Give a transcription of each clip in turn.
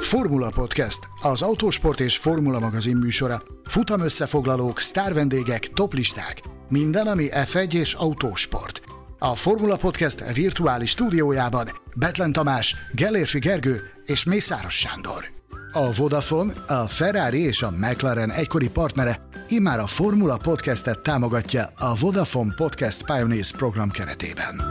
Formula Podcast, az autósport és formula magazin műsora. Futamösszefoglalók, sztárvendégek, toplisták. Minden, ami F1 és autósport. A Formula Podcast virtuális stúdiójában Bethlen Tamás, Gellérfi Gergő és Mészáros Sándor. A Vodafone, a Ferrari és a McLaren egykori partnere immár a Formula Podcastet támogatja a Vodafone Podcast Pioneers program keretében.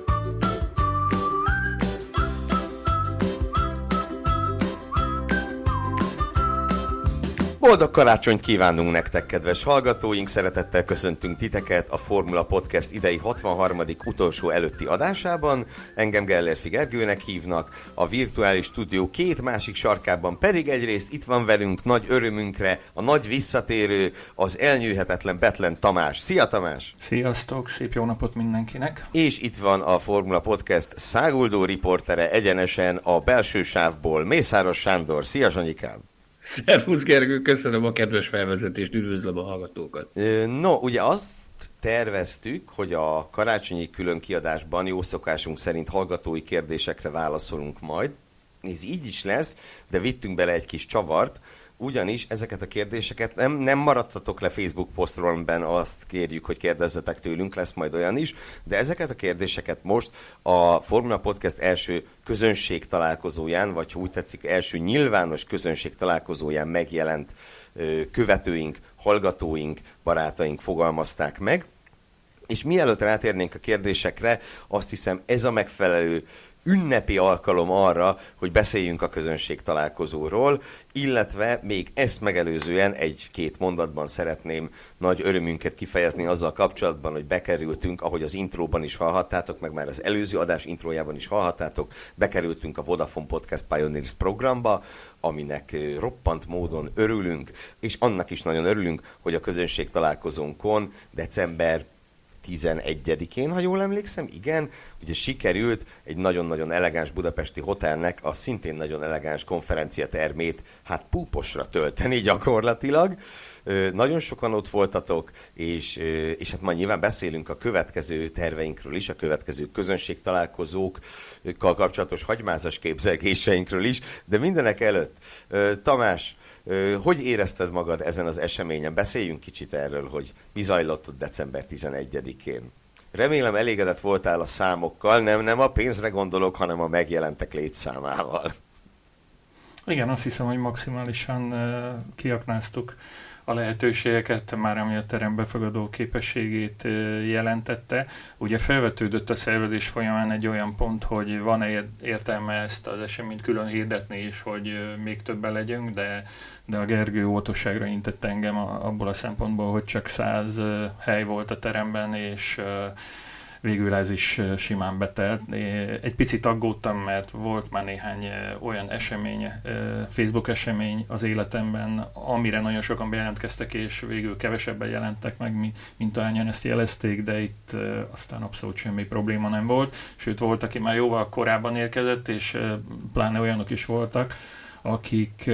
Boldog karácsonyt kívánunk nektek, kedves hallgatóink! Szeretettel köszöntünk titeket a Formula Podcast idei 63. utolsó előtti adásában. Engem Gellérfi Gergőnek hívnak, a virtuális stúdió két másik sarkában pedig egyrészt itt van velünk nagy örömünkre a nagy visszatérő, az elnyűhetetlen Bethlen Tamás. Szia Tamás! Sziasztok, szép jó napot mindenkinek! És itt van a Formula Podcast száguldó riportere egyenesen a belső sávból, Mészáros Sándor. Szia Zsanyikám! Szervusz Gergő, köszönöm a kedves felvezetést, üdvözlöm a hallgatókat. No, ugye azt terveztük, hogy a karácsonyi külön kiadásban jó szokásunk szerint hallgatói kérdésekre válaszolunk majd. Ez így is lesz, de vittünk bele egy kis csavart, ugyanis ezeket a kérdéseket nem maradtatok le Facebook posztról, amiben azt kérjük, hogy kérdezzetek tőlünk, lesz majd olyan is, de ezeket a kérdéseket most a Formula Podcast első közönség találkozóján, vagy úgy tetszik, első nyilvános közönség találkozóján megjelent követőink, hallgatóink, barátaink fogalmazták meg. És mielőtt rátérnénk a kérdésekre, azt hiszem ez a megfelelő ünnepi alkalom arra, hogy beszéljünk a közönség találkozóról, illetve még ezt megelőzően egy-két mondatban szeretném nagy örömünket kifejezni azzal kapcsolatban, hogy bekerültünk, ahogy az intróban is hallhattátok, meg már az előző adás intrójában is hallhattátok, bekerültünk a Vodafone Podcast Pioneers programba, aminek roppant módon örülünk, és annak is nagyon örülünk, hogy a közönség találkozónkon december 11-én, ha jól emlékszem, igen, ugye sikerült egy nagyon-nagyon elegáns budapesti hotelnek a szintén nagyon elegáns konferenciatermét púposra tölteni gyakorlatilag. Nagyon sokan ott voltatok, és hát majd nyilván beszélünk a következő terveinkről is, a következő közönségtalálkozókkal kapcsolatos hagymázas képzelgéseinkről is, de mindenek előtt, Tamás, hogy érezted magad ezen az eseményen? Beszéljünk kicsit erről, hogy mi zajlott ott december 11-én. Remélem elégedett voltál a számokkal, nem a pénzre gondolok, hanem a megjelentek létszámával. Igen, azt hiszem, hogy maximálisan kiaknáztuk a lehetőségeket, már ami a terem befogadó képességét jelentette. Ugye felvetődött a szervezés folyamán egy olyan pont, hogy van-e értelme ezt az eseményt külön hirdetni is, hogy még többen legyünk, de a Gergő óvatosságra intett engem abból a szempontból, hogy csak 100 hely volt a teremben, és végül ez is simán betelt. Egy picit aggódtam, mert volt már néhány olyan esemény, Facebook esemény az életemben, amire nagyon sokan bejelentkeztek, és végül kevesebben jelentek meg, mint ahányan ezt jelezték, de itt aztán abszolút semmi probléma nem volt. Sőt, volt, aki már jóval korábban érkezett, és pláne olyanok is voltak, akik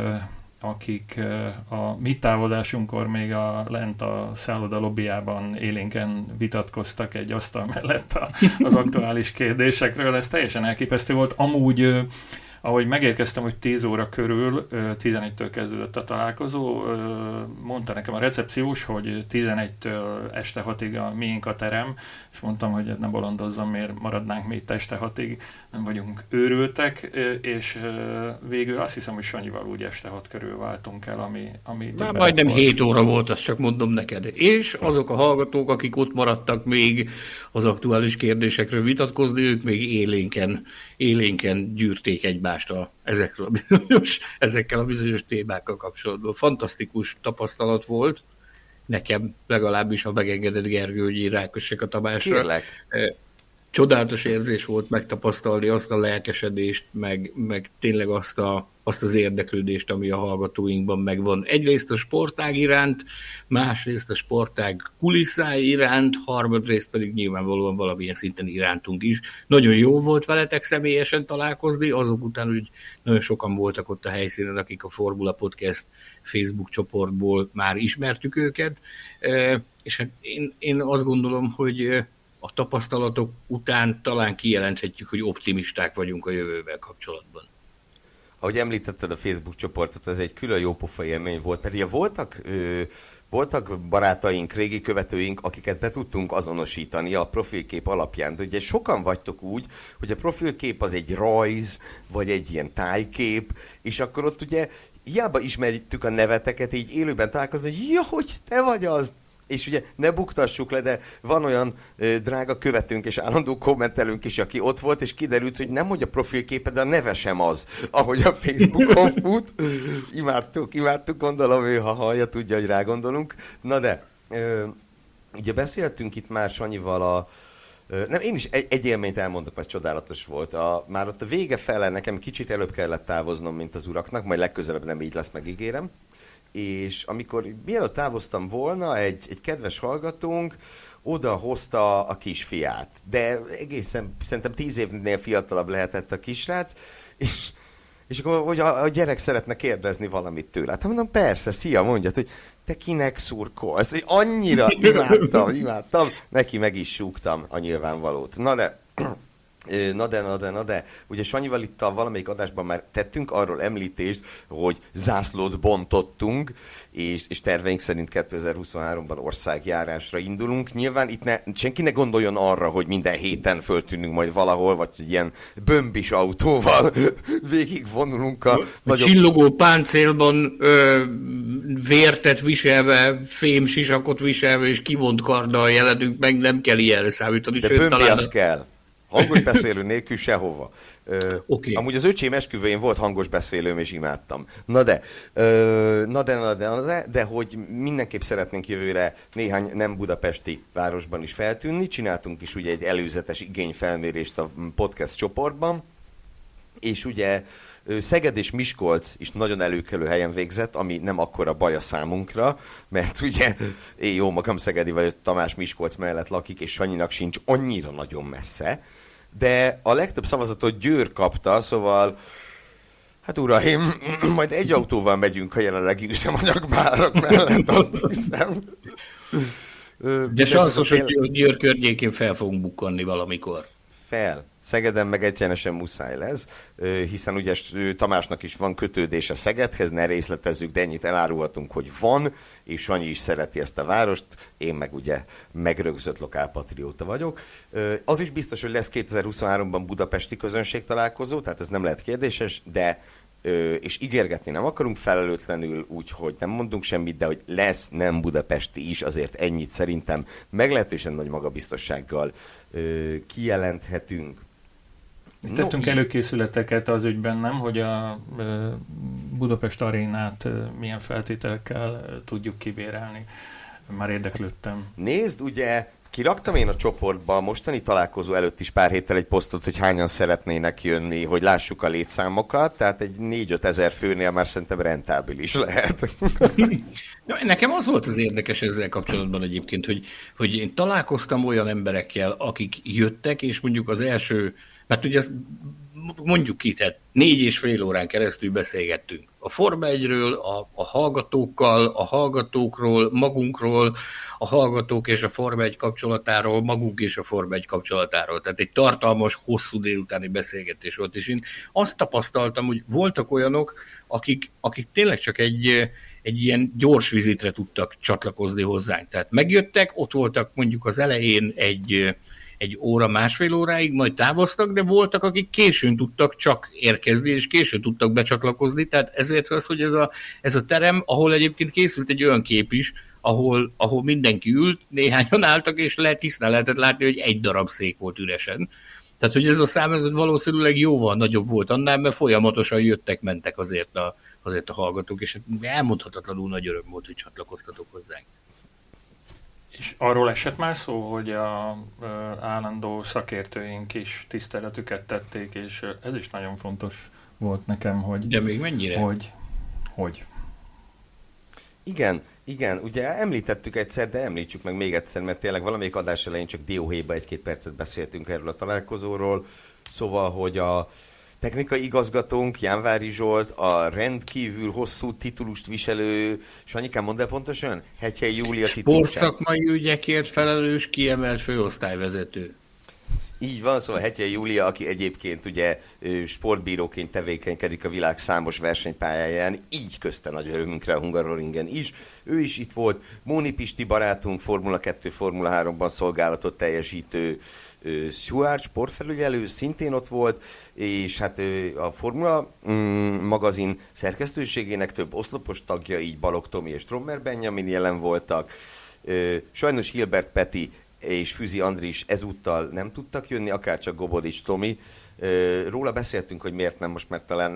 a mi távozásunkkor még lent a szálloda lobbyjában élénken vitatkoztak egy asztal mellett az aktuális kérdésekről. Ez teljesen elképesztő volt. Amúgy, ahogy megérkeztem, hogy 10 óra körül, 11-től kezdődött a találkozó, mondta nekem a recepciós, hogy 11-től este 6-ig a miénk a terem, és mondtam, hogy ne bolondozzam, miért maradnánk mi itt este 6-ig, nem vagyunk őrültek, és végül azt hiszem, hogy Sanyival úgy este 6 körül váltunk el, ami már majdnem 7 óra volt, azt csak mondom neked. És azok a hallgatók, akik ott maradtak még az aktuális kérdésekről vitatkozni, ők még élénken gyűrték egymást ezekkel a bizonyos témákkal kapcsolatban. Fantasztikus tapasztalat volt, nekem legalábbis, ha megengedett Gergő, hogy én rákössek a Tamásra. Kérlek. Csodálatos érzés volt megtapasztalni azt a lelkesedést, meg tényleg azt az érdeklődést, ami a hallgatóinkban megvan. Egyrészt a sportág iránt, másrészt a sportág kulisszái iránt, harmadrészt pedig nyilvánvalóan valamilyen szinten irántunk is. Nagyon jó volt veletek személyesen találkozni, azok után, hogy nagyon sokan voltak ott a helyszínen, akik a Formula Podcast Facebook csoportból már ismertük őket, és hát én azt gondolom, hogy a tapasztalatok után talán kijelenthetjük, hogy optimisták vagyunk a jövővel kapcsolatban. ahogy említetted a Facebook csoportot, ez egy külön jópofa élmény volt, pedig voltak barátaink, régi követőink, akiket be tudtunk azonosítani a profilkép alapján. De ugye sokan vagytok úgy, hogy a profilkép az egy rajz, vagy egy ilyen tájkép, és akkor ott ugye hiába ismerjük a neveteket, így élőben találkozni, hogy ja, hogy te vagy az. És ugye ne buktassuk le, de van olyan drága követőnk és állandó kommentelőnk is, aki ott volt, és kiderült, hogy nem hogy a profilképe, de a neve sem az, ahogy a Facebookon fut. Imádtuk, gondolom ő, ha hallja, tudja, hogy rágondolunk. Na de, ugye beszéltünk itt már Sanyival nem, én is egy élményt elmondok, mert csodálatos volt. Már ott a vége fele nekem kicsit előbb kellett távoznom, mint az uraknak, majd legközelebb nem így lesz, megígérem. És amikor mielőtt távoztam volna, egy kedves hallgatónk oda hozta a kisfiát. De egészen szerintem 10 évnél fiatalabb lehetett a kisrác, és akkor hogy a gyerek szeretne kérdezni valamit tőle. Hát mondom, persze, szia, mondjad, hogy te kinek szurkolsz? Annyira imádtam. Neki meg is súgtam a nyilvánvalót. Na de. Ugye Sanyival itt a valamelyik adásban már tettünk arról említést, hogy zászlót bontottunk, és terveink szerint 2023-ban országjárásra indulunk. Nyilván itt senki ne gondoljon arra, hogy minden héten föltűnünk majd valahol, vagy ilyen bömbis autóval végigvonulunk a nagyobb... Csillogó páncélban vértet viselve, fémsisakot viselve, és kivont karddal jelenünk meg, nem kell ilyenre számítani. De bömbi az kell. Hangos beszélő nélkül sehova. Okay. Amúgy az öcsém esküvőjén volt hangos beszélőm, és imádtam. Na de hogy mindenképp szeretnénk jövőre néhány nem budapesti városban is feltűnni. Csináltunk is ugye egy előzetes igényfelmérést a podcast csoportban, és ugye Szeged és Miskolc is nagyon előkelő helyen végzett, ami nem akkora baj a számunkra, mert ugye én jó magam szegedi vagy, Tamás Miskolc mellett lakik, és Sanyinak sincs annyira nagyon messze, de a legtöbb szavazatot Győr kapta, szóval hát uraim, majd egy autóval megyünk a jelenlegi üzemanyagbárak mellett, azt hiszem. De sanszos, hogy Győr környékén fel fogunk bukkanni valamikor. Szegeden meg egyenesen muszáj lesz, hiszen ugye Tamásnak is van kötődése Szegedhez, ne részletezzük, de ennyit elárulhatunk, hogy van, és Sanyi is szereti ezt a várost, én meg ugye megrögzött lokálpatrióta vagyok. Az is biztos, hogy lesz 2023-ban budapesti közönségtalálkozó, tehát ez nem lehet kérdéses, de és ígérgetni nem akarunk felelőtlenül, úgyhogy nem mondunk semmit, de hogy lesz nem budapesti is, azért ennyit szerintem meglehetősen nagy magabiztossággal kijelenthetünk. Tettünk előkészületeket az ügyben, nem, hogy a Budapest arénát milyen feltételekkel tudjuk kibérelni. Már érdeklődtem. Nézd, ugye kiraktam én a csoportba a mostani találkozó előtt is pár héttel egy posztot, hogy hányan szeretnének jönni, hogy lássuk a létszámokat, tehát egy 4-5 ezer főnél már szerintem rentábilis lehet. Nekem az volt az érdekes ezzel kapcsolatban egyébként, hogy én találkoztam olyan emberekkel, akik jöttek, és mondjuk az első, mert ugye mondjuk ki, tehát 4,5 órán keresztül beszélgettünk. A Forma 1-ről, a hallgatókkal, a hallgatókról, magunkról, a hallgatók és a Forma 1 kapcsolatáról, magunk és a Forma 1 kapcsolatáról. Tehát egy tartalmas, hosszú délutáni beszélgetés volt, és én azt tapasztaltam, hogy voltak olyanok, akik tényleg csak egy ilyen gyors vizitre tudtak csatlakozni hozzánk. Tehát megjöttek, ott voltak mondjuk az elején egy óra, másfél óráig, majd távoztak, de voltak, akik későn tudtak csak érkezni, és későn tudtak becsatlakozni, tehát ezért az, hogy ez a terem, ahol egyébként készült egy olyan kép is, ahol mindenki ült, néhányan álltak, és tisztán lehetett látni, hogy egy darab szék volt üresen. Tehát, hogy ez a szám ez valószínűleg jóval nagyobb volt annál, mert folyamatosan jöttek-mentek azért a hallgatók, és elmondhatatlanul nagy öröm volt, hogy csatlakoztatok hozzánk. És arról esett már szó, hogy a állandó szakértőink is tiszteletüket tették, és ez is nagyon fontos volt nekem, hogy... De még mennyire? Hogy? Igen, ugye említettük egyszer, de említsük meg még egyszer, mert tényleg valamelyik adás elején csak dióhéjba 1-2 percet beszéltünk erről a találkozóról, szóval, hogy a technikai igazgatónk, Jánvári Zsolt, a rendkívül hosszú titulust viselő, Sanyikám, mondd el pontosan? Hegyhely Júlia titulusát. Sportszakmai ügyekért felelős, kiemelt főosztályvezető. Így van, szóval Hetyei Júlia, aki egyébként ugye sportbíróként tevékenykedik a világ számos versenypályáján, így közte nagy örömünkre a Hungaroringen is. Ő is itt volt, Móni Pisti barátunk, Formula 2, Formula 3-ban szolgálatot teljesítő Stuart sportfelügyelő, szintén ott volt, és hát a Formula magazin szerkesztőségének több oszlopos tagja, így Balogh Tomi és Trommer Benjamin jelen voltak. Sajnos Hilbert Peti és Füzi Andris ezúttal nem tudtak jönni, akárcsak Gobodics Tomi. Róla beszéltünk, hogy miért nem, most, mert talán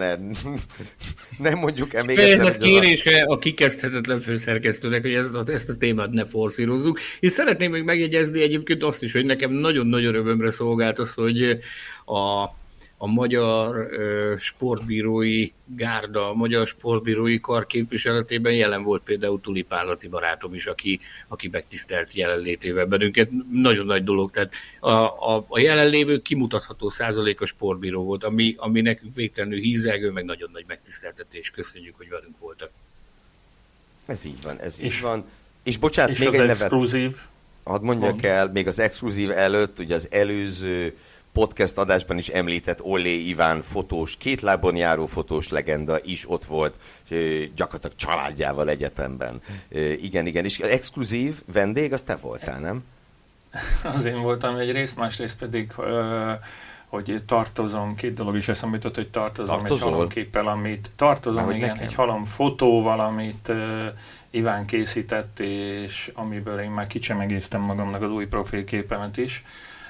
nem mondjuk el még egyszer. Kérése a kikezdhetetlen főszerkesztőnek, hogy ezt a témát ne forszírozzuk. És szeretném még megjegyezni egyébként azt is, hogy nekem nagyon-nagyon örömömre szolgált az, hogy a magyar sportbírói gárda, a magyar sportbírói kar képviseletében jelen volt például Tulipán Laci barátom is, aki megtisztelt jelenlétével bennünket. Nagyon nagy dolog, tehát a jelenlévő kimutatható százalékos sportbíró volt, ami nekünk végtelenül hízelgő, meg nagyon nagy megtiszteltetés. Köszönjük, hogy velünk voltak. Ez így van, így van. És bocsánat, és még az egy exkluzív. Hadd mondjak el, még az exkluzív előtt, ugye az előző podcast adásban is említett Ollé Iván fotós, két lábon járó fotós legenda is ott volt, gyakorlatilag családjával egyetemben. Igen, és exkluzív vendég, az te voltál, nem? Az én voltam egyrészt, másrészt pedig, hogy tartozom, két dolog is eszembe jutott, hogy tartozom egy halomképpel, amit tartozom, igen, nekem. Egy halomfotóval, amit Iván készített, és amiből én már kicsemegéztem magamnak az új profilképemet is.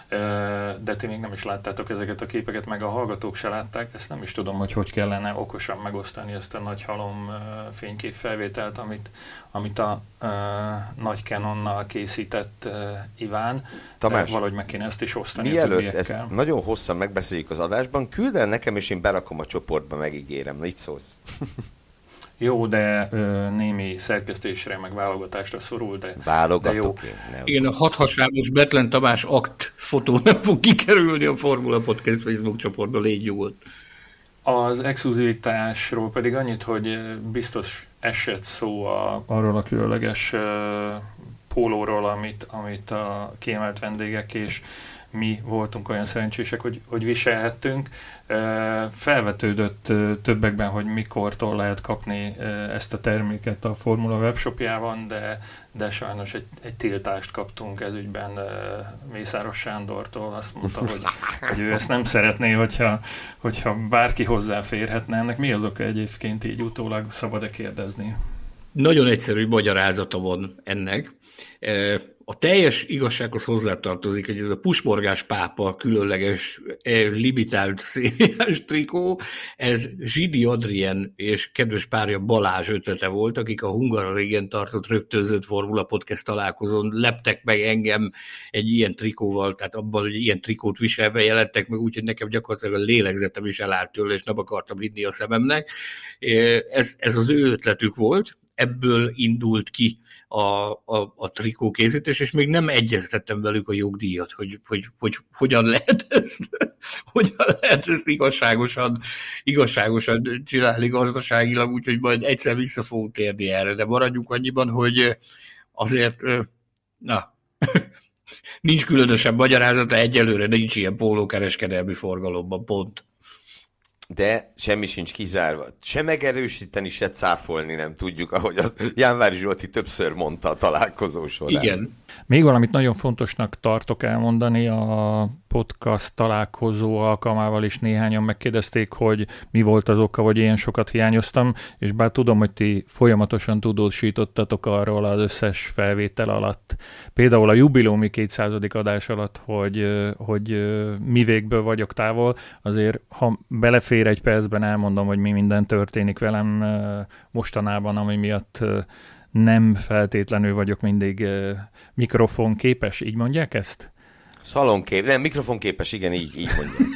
De ti még nem is láttátok ezeket a képeket, meg a hallgatók se látták, ezt nem is tudom, hogy kellene okosan megosztani ezt a nagy halom fényképfelvételt, amit a nagy Canonnal készített Iván. Tamás, valahogy meg kéne ezt is osztani mielőtt ezt nagyon hosszan megbeszéljük az adásban, küld el nekem, és én berakom a csoportba, megígérem. Na, így szólsz. Jó, de némi szerkesztésre, meg válogatásra szorul, de válogatok de én, nem. Igen, a hathasáros Betlen Tamás akt fotó nem fog kikerülni a Formula Podcast Facebook csoportba, légy nyugodt. Az exkluzivitásról pedig annyit, hogy biztos esett szó arról a különleges pólóról, amit a kiemelt vendégek és mi voltunk olyan szerencsések, hogy viselhettünk. Felvetődött többekben, hogy mikortól lehet kapni ezt a terméket a Formula webshopjában, de sajnos egy tiltást kaptunk ez ügyben Mészáros Sándortól. Azt mondta, hogy ő ezt nem szeretné, hogyha bárki hozzáférhetne. Ennek mi az oka egyébként, így utólag szabad-e kérdezni? Nagyon egyszerű magyarázata van ennek. A teljes igazsághoz hozzátartozik, hogy ez a Pusmorgás pápa különleges limitált szériás trikó, ez Zsidi Adrien és kedves párja Balázs ötlete volt, akik a Hungaroringen tartott rögtönzött Formula Podcast találkozón leptek meg engem egy ilyen trikóval, tehát abban, hogy ilyen trikót viselve jelentek meg, úgyhogy nekem gyakorlatilag a lélegzetem is elállt tőle, és nem akartam hinni a szememnek. Ez az ő ötletük volt, ebből indult ki a trikókészítés, és még nem egyeztettem velük a jogdíjat, hogy hogyan lehet ezt igazságosan csinálni gazdaságilag, úgyhogy majd egyszer vissza fogunk térni erre, de maradjunk annyiban, hogy azért nincs különösebb magyarázata, egyelőre nincs ilyen pólókereskedelmi forgalomban, pont. De semmi sincs kizárva. Se megerősíteni, se cáfolni nem tudjuk, ahogy azt Jánvári Zsolti többször mondta a találkozó során. Igen. Még valamit nagyon fontosnak tartok elmondani, a podcast találkozó alkalmával is néhányan megkérdezték, hogy mi volt az oka, hogy ilyen sokat hiányoztam, és bár tudom, hogy ti folyamatosan tudósítottatok arról az összes felvétel alatt, például a jubileumi 200. adás alatt, hogy mi végből vagyok távol, azért ha belefér egy percben elmondom, hogy mi minden történik velem mostanában, ami miatt nem feltétlenül vagyok mindig mikrofonképes, így mondják ezt? Nem, mikrofonképes, igen, így mondják.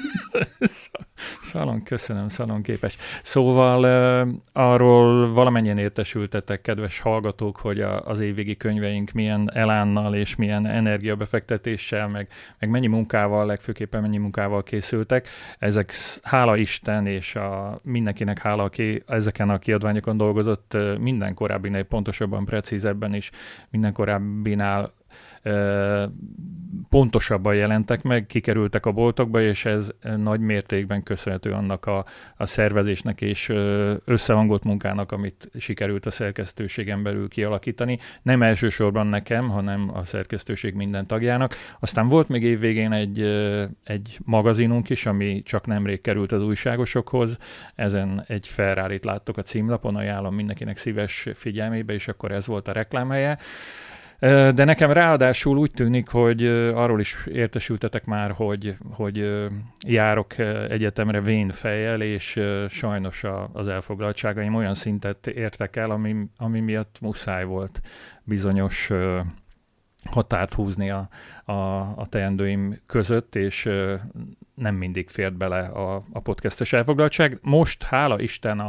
Szalonképes. Szóval arról valamennyien értesültetek, kedves hallgatók, hogy az évvégi könyveink milyen elánnal és milyen energiabefektetéssel, meg mennyi munkával, legfőképpen mennyi munkával készültek. Ezek hála Isten, és mindenkinek hála, aki ezeken a kiadványokon dolgozott, minden korábbinál, pontosabban, precízebben is, minden korábbinál pontosabban jelentek meg, kikerültek a boltokba, és ez nagy mértékben köszönhető annak a szervezésnek és összehangolt munkának, amit sikerült a szerkesztőségen belül kialakítani. Nem elsősorban nekem, hanem a szerkesztőség minden tagjának. Aztán volt még évvégén egy magazinunk is, ami csak nemrég került az újságosokhoz. Ezen egy Ferrarit láttok a címlapon, ajánlom mindenkinek szíves figyelmébe, és akkor ez volt a reklámhelye. De nekem ráadásul úgy tűnik, hogy arról is értesültetek már, hogy járok egyetemre vén fejjel, és sajnos az elfoglaltságaim olyan szintet értek el, ami miatt muszáj volt bizonyos határt húzni a teendőim között, és nem mindig fért bele a podcastes elfoglaltság. Most, hála Isten,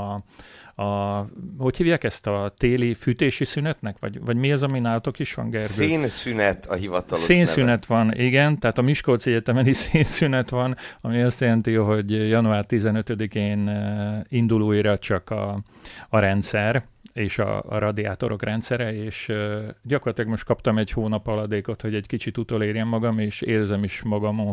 hogy hívják ezt a téli fűtési szünetnek? Vagy mi az, ami nálatok is van, Gergő? Szénszünet a hivatalos Szénszünet van, igen. Tehát a Miskolci Egyetemeni szénszünet van, ami azt jelenti, hogy január 15-én indul újra csak a rendszer, és a radiátorok rendszere, és gyakorlatilag most kaptam egy hónap aladékot, hogy egy kicsit utolérjem magam, és érzem is magamon,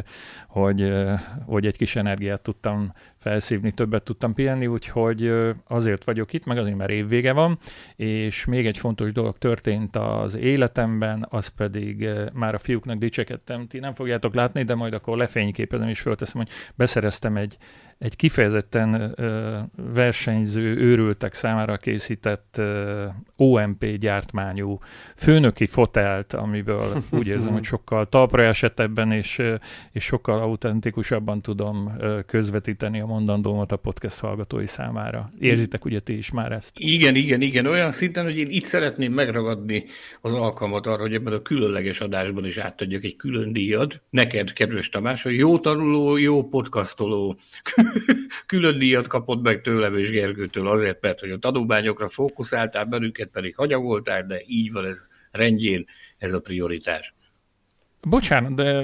hogy egy kis energiát tudtam felszívni, többet tudtam pihenni, úgyhogy azért vagyok itt, meg azért, mert évvége van, és még egy fontos dolog történt az életemben, az pedig már a fiúknak dicsekedtem, ti nem fogjátok látni, de majd akkor lefényképezem és fölteszem, hogy beszereztem egy kifejezetten versenyző, őrültek számára készített OMP gyártmányú főnöki fotelt, amiből úgy érzem, hogy sokkal talpra esettebben és sokkal autentikusabban tudom közvetíteni a mondandómat a podcast hallgatói számára. Érzitek ugye ti is már ezt? Igen. Olyan szinten, hogy én itt szeretném megragadni az alkalmat arra, hogy ebben a különleges adásban is átadjak egy külön díjat. Neked, kedves Tamás, hogy jó tanuló, jó podcastoló külön díjat kapott meg tőlem és Gergőtől azért, mert hogy a tanulmányokra fókuszáltál, bennünket pedig hanyagoltál, de így van ez rendjén, ez a prioritás. Bocsánat, de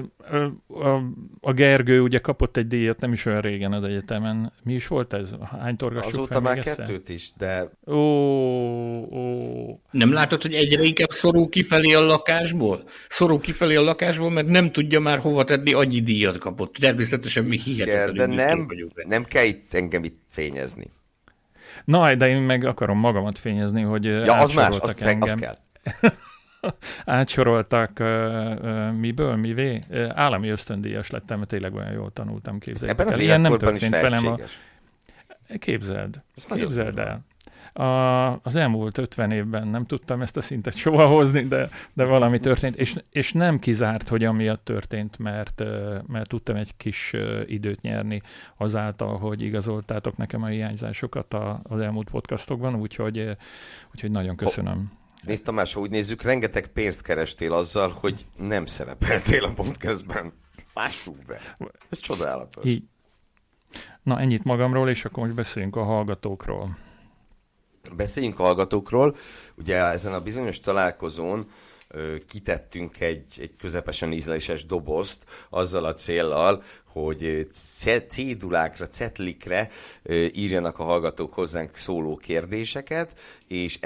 a Gergő ugye kapott egy díjat nem is olyan régen az egyetemen. Mi is volt ez? Hány torgassuk fel? Azóta már kettőt is, de... Nem látod, hogy egyre inkább szorul kifelé a lakásból? Szorul kifelé a lakásból, mert nem tudja már hova tenni, annyi díjat kapott. Természetesen mi hihetetlenül de nem kell itt engem itt fényezni. Na, de én meg akarom magamat fényezni, hogy az más, az kell. Átsoroltak miből, mivé? Állami ösztöndíjas lettem, mert tényleg olyan jól tanultam, képzeljétek el. Ebben ilyen nem történt velem. Képzeld el. Az elmúlt 50 évben nem tudtam ezt a szintet soha hozni, de valami történt, és nem kizárt, hogy amiatt történt, mert tudtam egy kis időt nyerni azáltal, hogy igazoltátok nekem a hiányzásokat az elmúlt podcastokban, úgyhogy nagyon köszönöm. Nézd Tamás, ha úgy nézzük, rengeteg pénzt kerestél azzal, hogy nem szerepeltél a podcastben. Lássuk be. Ez csodálatos. Így. Na, ennyit magamról, és akkor most beszéljünk a hallgatókról. Beszéljünk a hallgatókról. Ugye ezen a bizonyos találkozón kitettünk egy közepesen ízléses dobozt azzal a céllal, hogy cédulákra, cetlikre írjanak a hallgatók hozzánk szóló kérdéseket, és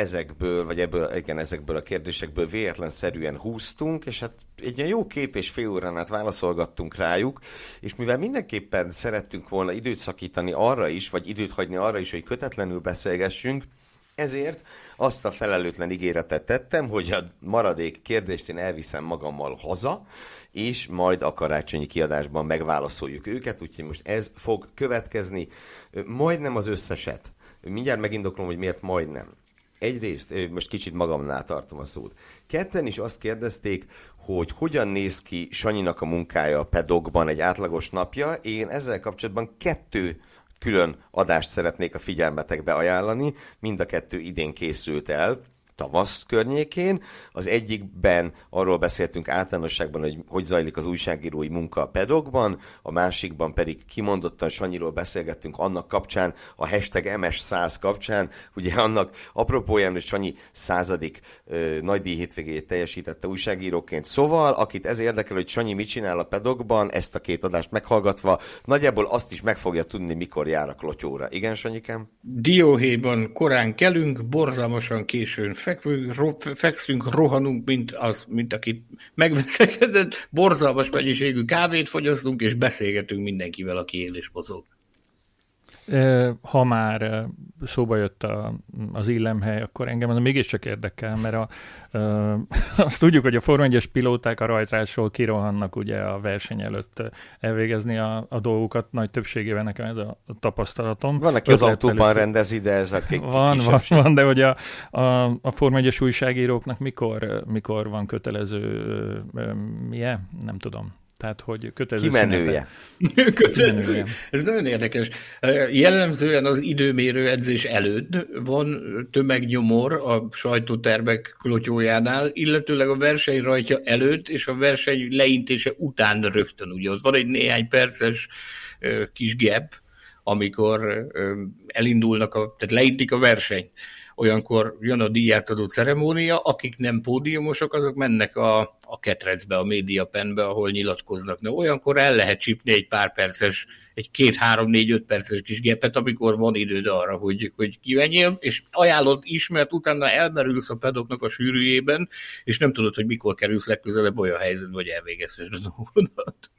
ezekből a kérdésekből véletlenszerűen húztunk, és hát egy jó 2,5 órán át válaszolgattunk rájuk, és mivel mindenképpen szerettünk volna időt szakítani arra is, vagy időt hagyni arra is, hogy kötetlenül beszélgessünk, ezért azt a felelőtlen ígéretet tettem, hogy a maradék kérdést én elviszem magammal haza, és majd a karácsonyi kiadásban megválaszoljuk őket, úgyhogy most ez fog következni. Majdnem az összeset. Mindjárt megindoklom, hogy miért majdnem. Egyrészt, most kicsit magamnál tartom a szót. Ketten is azt kérdezték, hogy hogyan néz ki Sanyinak a munkája a Pedokban egy átlagos napja. Én ezzel kapcsolatban 2 külön adást szeretnék a figyelmetekbe ajánlani, mind a 2 idén készült el, tavasz környékén. Az egyikben arról beszéltünk általánosságban, hogy zajlik az újságírói munka a Pedokban, a másikban pedig kimondottan Sanyiról beszélgettünk annak kapcsán, a hashtag MS100 kapcsán, ugye annak apropóján, hogy Sanyi 100. nagydíj hétvégéjét teljesítette újságíróként. Szóval, akit ez érdekel, hogy Sanyi mit csinál a Pedokban, ezt a 2 adást meghallgatva, nagyjából azt is meg fogja tudni, mikor jár a klotyóra. Igen, Sanyikám? Dióhéjban korán kelünk, borzalmasan későn fekszünk, rohanunk, mint akit megveszekedett, borzalmas mennyiségű kávét fogyasztunk, és beszélgetünk mindenkivel, aki él és mozog. Ha már szóba jött az illemhely, akkor engem az mégiscsak érdekel, mert azt tudjuk, hogy a Forma 1-es pilóták a rajtrásról kirohannak ugye a verseny előtt elvégezni a dolgokat, nagy többségében nekem ez a tapasztalatom. Van, aki az autóban rendezi, de ez a van, de hogy a Forma 1-es újságíróknak mikor van kötelező, milyen? Nem tudom. Tehát, hogy kötelező kimenője. Kötelező. Ez nagyon érdekes. Jellemzően az időmérő edzés előtt van tömegnyomor a sajtótervek klotyójánál, illetőleg a verseny rajtja előtt és a verseny leintése után rögtön. Ugye ott van egy néhány perces kis gap, amikor elindulnak, tehát leintik a versenyt. Olyankor jön a díjátadó ceremónia, akik nem pódiumosok, azok mennek a ketrecbe, a médiapenbe, ahol nyilatkoznak. Na, olyankor el lehet csípni egy pár perces, egy 2-3-4-5 perces kis gepet, amikor van időd arra, hogy kivenjél, és ajánlod is, mert utána elmerülsz a pedoknak a sűrűjében, és nem tudod, hogy mikor kerülsz legközelebb olyan helyzetbe, hogy elvégezhessd a dolgodat.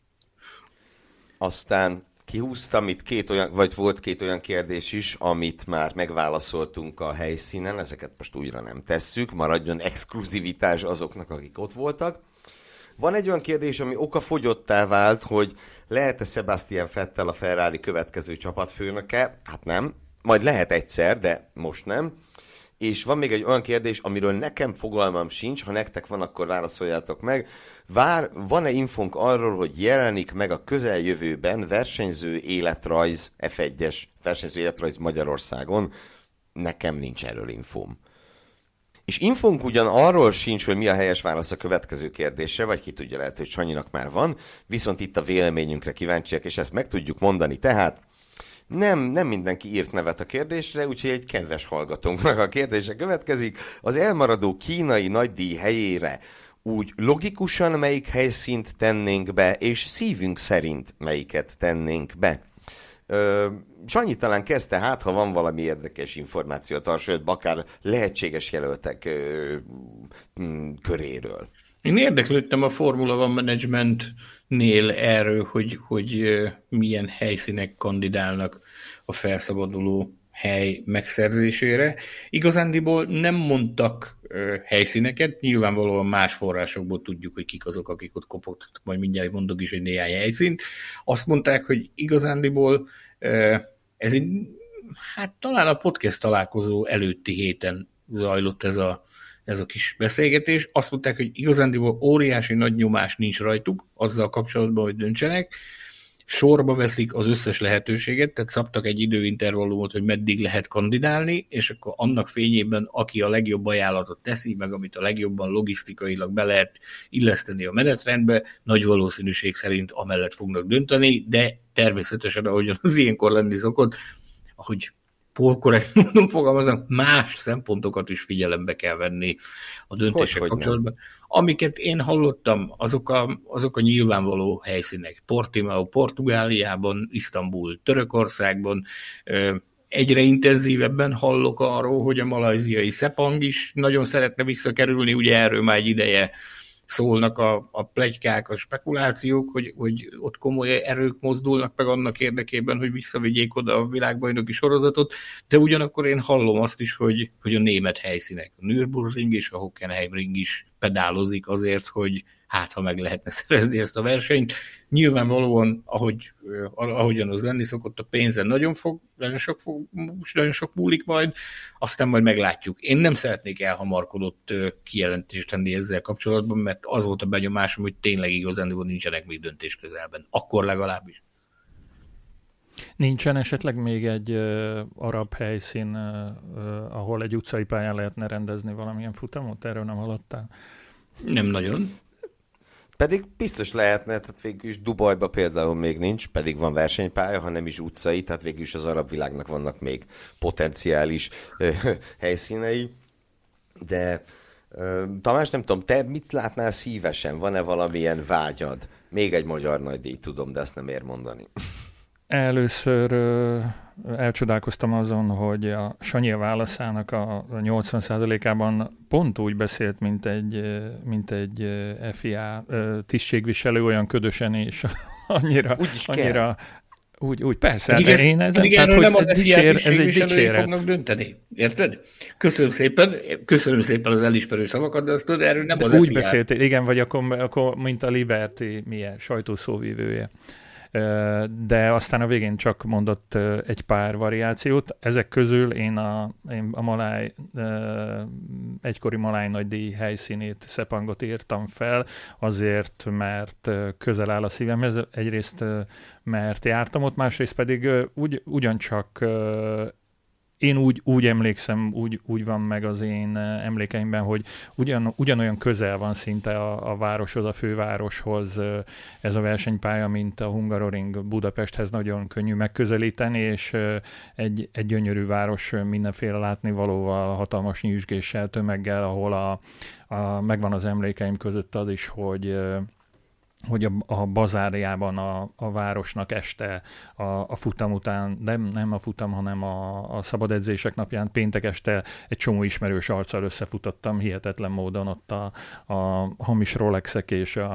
Aztán kihúztam itt volt két olyan kérdés is, amit már megválaszoltunk a helyszínen, ezeket most újra nem tesszük, maradjon exkluzivitás azoknak, akik ott voltak. Van egy olyan kérdés, ami okafogyottá vált, hogy lehet-e Sebastian Vettel a Ferrari következő csapatfőnöke? Hát nem, majd lehet egyszer, de most nem. És van még egy olyan kérdés, amiről nekem fogalmam sincs, ha nektek van, akkor válaszoljátok meg. Van-e infónk arról, hogy jelenik meg a közeljövőben versenyző életrajz, F1-es versenyző életrajz Magyarországon? Nekem nincs erről infóm. És infónk ugyan arról sincs, hogy mi a helyes válasz a következő kérdésre, vagy ki tudja, lehet, hogy Sanyinak már van, viszont itt a véleményünkre kíváncsiak, és ezt meg tudjuk mondani, tehát nem mindenki írt nevet a kérdésre, úgyhogy egy kedves hallgatónknak a kérdése következik. Az elmaradó kínai nagydíj helyére úgy logikusan melyik helyszínt tennénk be, és szívünk szerint melyiket tennénk be? Sanyi talán kezdte, hát ha van valami érdekes információ a Tarsajodban, akár lehetséges jelöltek köréről. Én érdeklődtem a Formula One Management-nél erről, hogy milyen helyszínek kandidálnak a felszabaduló hely megszerzésére. Igazándiból nem mondtak helyszíneket, nyilvánvalóan más forrásokból tudjuk, hogy kik azok, akik ott kopogtak, majd mindjárt mondok is egy néhány helyszínt. Azt mondták, hogy igazándiból ez egy, hát talán a podcast találkozó előtti héten zajlott ez a kis beszélgetés. Azt mondták, hogy igazándiból óriási nagy nyomás nincs rajtuk, azzal kapcsolatban, hogy döntsenek. Sorba veszik az összes lehetőséget, tehát szabtak egy időintervallumot, hogy meddig lehet kandidálni, és akkor annak fényében, aki a legjobb ajánlatot teszi, meg amit a legjobban logisztikailag be lehet illeszteni a menetrendbe, nagy valószínűség szerint amellett fognak dönteni, de természetesen, ahogyan az ilyenkor lenni szokott, ahogy polkorrekt módon fogalmaznak, más szempontokat is figyelembe kell venni a döntések kapcsolatban. Amiket én hallottam, azok a nyilvánvaló helyszínek. Portimao Portugáliában, Isztambul Törökországban, egyre intenzívebben hallok arról, hogy a malajziai Sepang is nagyon szeretne visszakerülni, ugye erről már egy ideje szólnak a pletykák, a spekulációk, hogy ott komoly erők mozdulnak meg annak érdekében, hogy visszavigyék oda a világbajnoki sorozatot, de ugyanakkor én hallom azt is, hogy a német helyszínek, a Nürburgring és a Hockenheimring is pedálozik azért, hogy hát ha meg lehetne szerezni ezt a versenyt. Nyilvánvalóan, ahogyan az lenni szokott, a pénzen nagyon sok múlik majd, aztán majd meglátjuk. Én nem szeretnék elhamarkodott kijelentést tenni ezzel kapcsolatban, mert az volt a benyomásom, hogy tényleg igazán nincsenek még döntés közelben. Akkor legalábbis. Nincsen esetleg még egy arab helyszín, ahol egy utcai pályán lehetne rendezni valamilyen futamot? Erről nem hallottál? Nem nagyon. Pedig biztos lehetne, tehát végül is Dubajban például még nincs, pedig van versenypálya, ha nem is utcai, tehát végül is az arab világnak vannak még potenciális helyszínei. De Tamás, nem tudom, te mit látnál szívesen? Van-e valamilyen vágyad? Még egy magyar nagydíj, tudom, de ezt nem ér mondani. Először elcsodálkoztam azon, hogy a Sanyi válaszának a 80%-ában pont úgy beszélt, mint egy FIA tisztségviselő, olyan ködösen és annyira úgy persze. Pedig erről nem az FIA tisztségviselői fognak dönteni. Érted? Köszönöm szépen az elismerő szavakat, de azt tudod, erről nem az úgy FIA. beszélt, igen, vagy akkor mint a Liberty sajtószóvivője. De aztán a végén csak mondott egy pár variációt. Ezek közül én a Maláj, egykori Maláj nagydíj helyszínét, Sepangot írtam fel, azért, mert közel áll a szívemhez. Egyrészt, mert jártam ott, másrészt pedig ugyancsak én úgy emlékszem, úgy van meg az én emlékeimben, hogy ugyanolyan közel van szinte a városhoz, a fővároshoz ez a versenypálya, mint a Hungaroring Budapesthez, nagyon könnyű megközelíteni, és egy gyönyörű város mindenféle látnivalóval, hatalmas nyüzsgéssel, tömeggel, ahol megvan az emlékeim között az is, hogy a bazárjában a városnak este a futam után, nem a futam, hanem a szabad edzések napján péntek este egy csomó ismerős arccal összefutottam hihetetlen módon ott a hamis Rolexek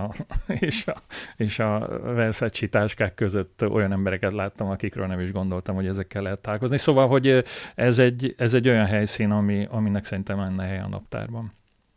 és a Versace táskák között olyan embereket láttam, akikről nem is gondoltam, hogy ezekkel lehet találkozni. Szóval, hogy ez egy olyan helyszín, aminek szerintem lenne helye a naptárban.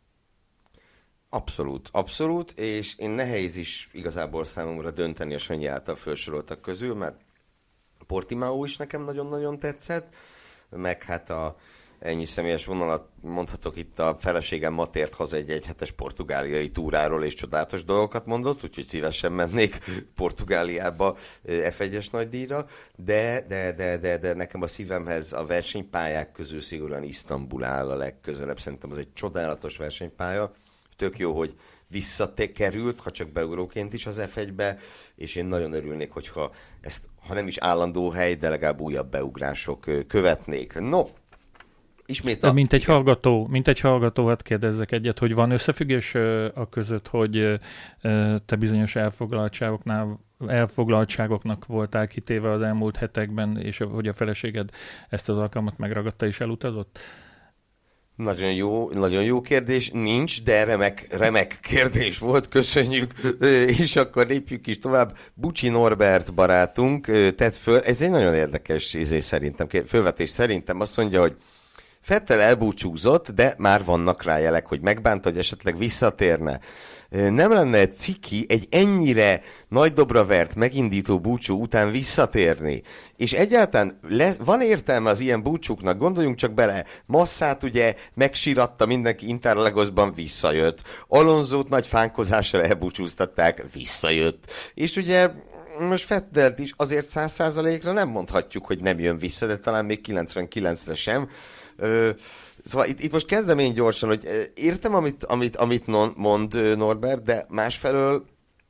Abszolút, és én nehéz is igazából számomra dönteni a Sanyi által felsoroltak közül, mert Portimao is nekem nagyon-nagyon tetszett, meg hát ennyi személyes vonalat mondhatok itt, a feleségem ma tért haza egy egyhetes portugáliai túráról, és csodálatos dolgokat mondott, úgyhogy szívesen mennék Portugáliába F1-es nagydíjra, de nekem a szívemhez a versenypályák közül szigorúan Isztambul áll a legközelebb, szerintem az egy csodálatos versenypálya. Tök jó, hogy visszakerült, ha csak beugróként is az F1-be, és én nagyon örülnék, hogyha ezt, ha nem is állandó hely, de legalább újabb beugrások követnék. No, ismét mint egy hallgató, hát kérdezzek egyet, hogy van összefüggés a között, hogy te bizonyos elfoglaltságoknak voltál kitéve az elmúlt hetekben, és hogy a feleséged ezt az alkalmat megragadta és elutazott? Nagyon jó kérdés, nincs, de remek kérdés volt, köszönjük, és akkor lépjük is tovább. Bucsi Norbert barátunk tett föl, ez egy nagyon érdekes fölvetés szerintem, azt mondja, hogy Vettel elbúcsúzott, de már vannak rá jelek, hogy megbánta, hogy esetleg visszatérne. Nem lenne ciki egy ennyire nagy dobra vert megindító búcsú után visszatérni? És egyáltalán van értelme az ilyen búcsúknak? Gondoljunk csak bele, Massát ugye megsiratta mindenki Interlagosban, visszajött. Alonzót nagy fánkozással elbúcsúztatták, visszajött. És ugye most Vettelt is azért 100%-ra nem mondhatjuk, hogy nem jön vissza, de talán még 99-re sem. Szóval itt most kezdem én gyorsan, hogy értem, amit mond Norbert, de másfelől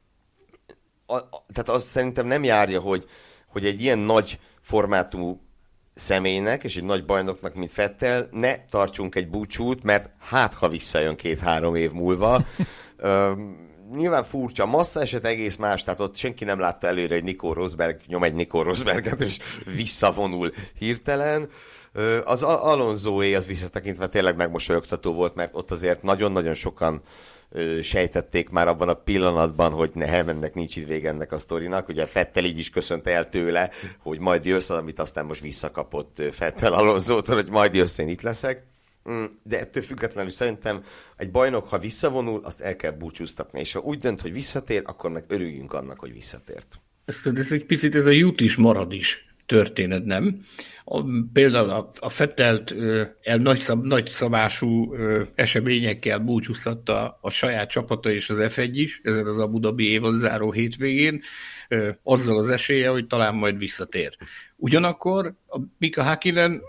tehát az szerintem nem járja, hogy egy ilyen nagy formátumú személynek és egy nagy bajnoknak, mint Vettel, ne tartsunk egy búcsút, mert hát ha visszajön 2-3 év múlva. Nyilván furcsa, Massa eset egész más, tehát ott senki nem látta előre, hogy Nico Rosberg nyom egy Nico Rosberget, és visszavonul hirtelen. Az Alonsoé az visszatekintve tényleg megmosolyogtató volt, mert ott azért nagyon-nagyon sokan sejtették már abban a pillanatban, hogy ennek nincs itt vége ennek a sztorinak. Ugye Vettel így is köszönt el tőle, hogy majd jössz, amit aztán most visszakapott Vettel Alonsótól, hogy majd jössz, én itt leszek. De ettől függetlenül szerintem egy bajnok, ha visszavonul, azt el kell búcsúztatni, és ha úgy dönt, hogy visszatér, akkor meg örüljünk annak, hogy visszatért. Ez egy picit ez a jut is marad is történet, nem? Például a Vettelt nagyszabású eseményekkel búcsúztatta a saját csapata és az F1 is, ezen az Abu Dhabi évadzáró hétvégén, azzal az esélye, hogy talán majd visszatér. Ugyanakkor a Mika Häkkinen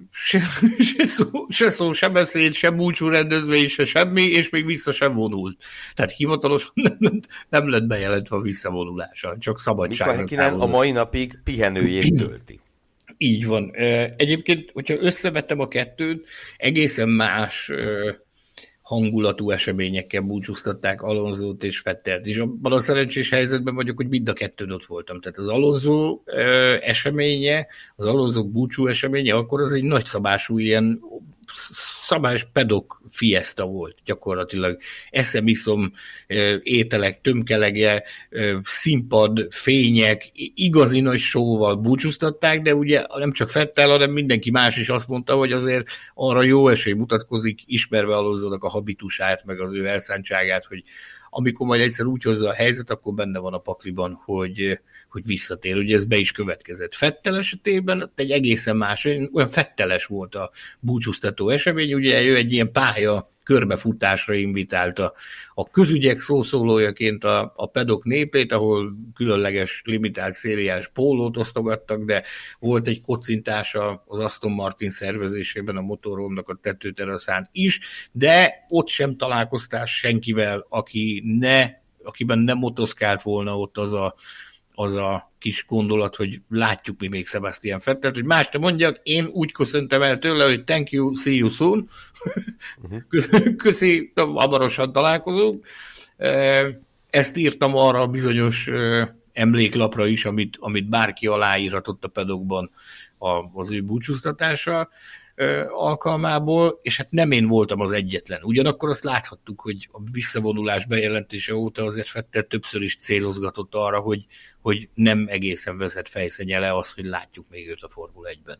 se szó, se beszéd, se búcsú rendezvény, se semmi, és még vissza sem vonult. Tehát hivatalosan nem lett bejelentve a visszavonulása, csak szabadságra. Mika Häkkinen a mai napig pihenőjét tölti. Így van. Egyébként, hogyha összevettem a kettőt, egészen más hangulatú eseményekkel búcsúztatták Alonsót és Vettelt. És abban a szerencsés helyzetben vagyok, hogy mind a kettőn ott voltam. Tehát az Alonso eseménye, az Alonso búcsú eseménye, akkor az egy nagyszabású ilyen szabás pedok fiesta volt gyakorlatilag. Eszem, iszom, ételek, tömkelege, színpad, fények, igazi nagy show-val búcsúztatták, de ugye nem csak Vettel, hanem mindenki más is azt mondta, hogy azért arra jó esély mutatkozik, ismerve Alonsónak a habitusát, meg az ő elszántságát, hogy amikor majd egyszer úgy hozza a helyzet, akkor benne van a pakliban, hogy visszatér. Ugye ez be is következett. Vettel esetében egy egészen más, olyan Vetteles volt a búcsúztató esemény, ugye ő egy ilyen pálya körbefutásra invitálta a közügyek szószólójaként a pedok népét, ahol különleges limitált szériás pólót osztogattak, de volt egy kocintása az Aston Martin szervezésében a motorhomnak a tetőteraszán is, de ott sem találkoztál senkivel, akiben nem motoszkált volna ott az a kis gondolat, hogy látjuk mi még Sebastian Vettelt, hogy más nem mondjak, én úgy köszöntem el tőle, hogy thank you, see you soon. Köszi, hamarosan találkozunk. Ezt írtam arra a bizonyos emléklapra is, amit bárki aláírhatott a pedokban az ő búcsúztatása alkalmából, és hát nem én voltam az egyetlen. Ugyanakkor azt láthattuk, hogy a visszavonulás bejelentése óta azért Vettel többször is célozgatott arra, hogy nem egészen vezet fejszennyele az, hogy látjuk még őt a Formula 1-ben.